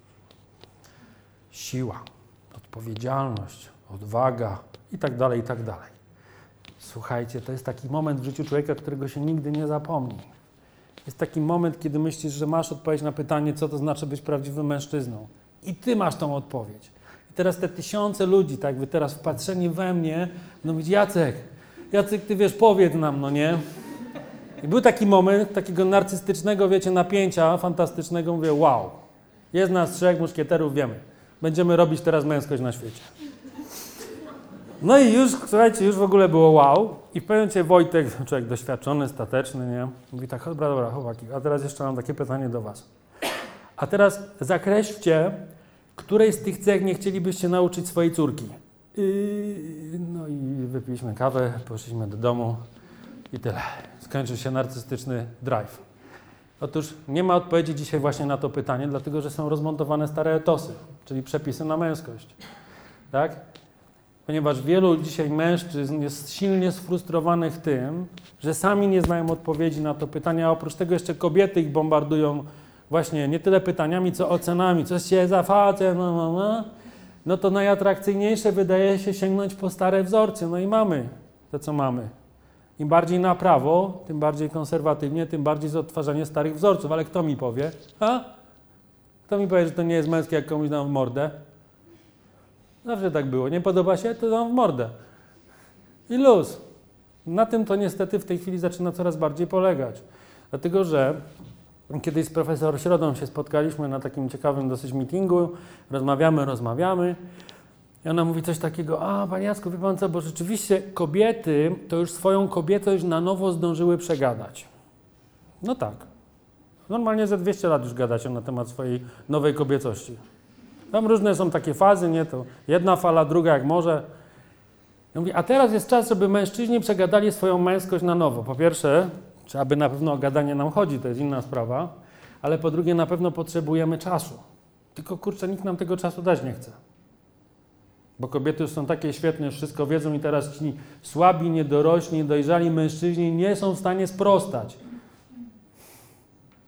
Siła, odpowiedzialność, odwaga i tak dalej, i tak dalej. Słuchajcie, to jest taki moment w życiu człowieka, którego się nigdy nie zapomni. Jest taki moment, kiedy myślisz, że masz odpowiedź na pytanie, co to znaczy być prawdziwym mężczyzną. I ty masz tą odpowiedź. I teraz te tysiące ludzi, tak, wy teraz wpatrzeni we mnie, no mówić, Jacek, Jacek, ty wiesz, powiedz nam, no nie? I był taki moment takiego narcystycznego, wiecie, napięcia fantastycznego, mówię, wow, jest nas trzech muszkieterów, wiemy. Będziemy robić teraz męskość na świecie. No i już, słuchajcie, już w ogóle było wow. I w pewnym momencie Wojtek, człowiek doświadczony, stateczny, nie? Mówi tak, dobra, dobra, chłopaki, a teraz jeszcze mam takie pytanie do was. A teraz zakreślcie, której z tych cech nie chcielibyście nauczyć swojej córki. Yy, no i wypiliśmy kawę, poszliśmy do domu i tyle. Skończył się narcystyczny drive. Otóż nie ma odpowiedzi dzisiaj właśnie na to pytanie, dlatego że są rozmontowane stare etosy, czyli przepisy na męskość. Tak? Ponieważ wielu dzisiaj mężczyzn jest silnie sfrustrowanych tym, że sami nie znają odpowiedzi na to pytanie, a oprócz tego jeszcze kobiety ich bombardują właśnie nie tyle pytaniami, co ocenami. Coś się za facet, no, no, no. No to najatrakcyjniejsze wydaje się sięgnąć po stare wzorce. No i mamy to, co mamy. Im bardziej na prawo, tym bardziej konserwatywnie, tym bardziej za odtwarzanie starych wzorców. Ale kto mi powie? A? Kto mi powie, że to nie jest męskie, jak komuś dam w mordę? Zawsze tak było. Nie podoba się? To dam w mordę. I luz. Na tym to niestety w tej chwili zaczyna coraz bardziej polegać. Dlatego, że kiedyś z profesor Środą się spotkaliśmy na takim ciekawym dosyć meetingu. Rozmawiamy, rozmawiamy. I ona mówi coś takiego, a panie Jacku, wie pan co, bo rzeczywiście kobiety to już swoją kobietość na nowo zdążyły przegadać. No tak. Normalnie za dwieście lat już gadacie na temat swojej nowej kobiecości. Tam różne są takie fazy, nie? To jedna fala, druga jak może. Ja mówię, a teraz jest czas, żeby mężczyźni przegadali swoją męskość na nowo. Po pierwsze, czy aby na pewno o gadanie nam chodzi, to jest inna sprawa, ale po drugie na pewno potrzebujemy czasu. Tylko kurczę, nikt nam tego czasu dać nie chce. Bo kobiety już są takie świetne, już wszystko wiedzą i teraz ci słabi, niedorośli, niedojrzali mężczyźni nie są w stanie sprostać.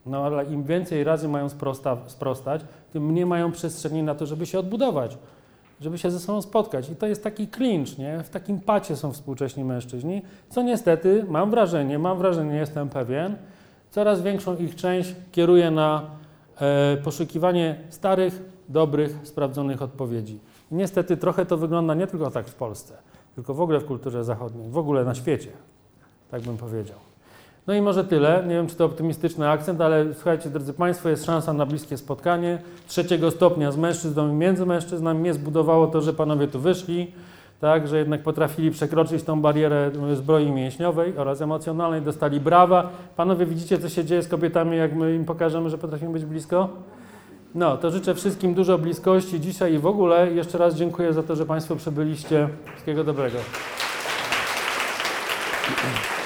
No ale im więcej razy mają sprosta, sprostać, tym mniej mają przestrzeni na to, żeby się odbudować, żeby się ze sobą spotkać. I to jest taki klincz, nie? W takim pacie są współcześni mężczyźni, co niestety, mam wrażenie, mam wrażenie, jestem pewien, coraz większą ich część kieruje na e, poszukiwanie starych, dobrych, sprawdzonych odpowiedzi. I niestety trochę to wygląda nie tylko tak w Polsce, tylko w ogóle w kulturze zachodniej, w ogóle na świecie, tak bym powiedział. No i może tyle. Nie wiem, czy to optymistyczny akcent, ale słuchajcie, drodzy Państwo, jest szansa na bliskie spotkanie trzeciego stopnia z mężczyzną i między mężczyznami. Mnie zbudowało to, że panowie tu wyszli, tak, że jednak potrafili przekroczyć tą barierę zbroi mięśniowej oraz emocjonalnej, dostali brawa. Panowie, widzicie, co się dzieje z kobietami, jak my im pokażemy, że potrafimy być blisko? No, to życzę wszystkim dużo bliskości dzisiaj i w ogóle. Jeszcze raz dziękuję za to, że Państwo przybyliście. Wszystkiego dobrego.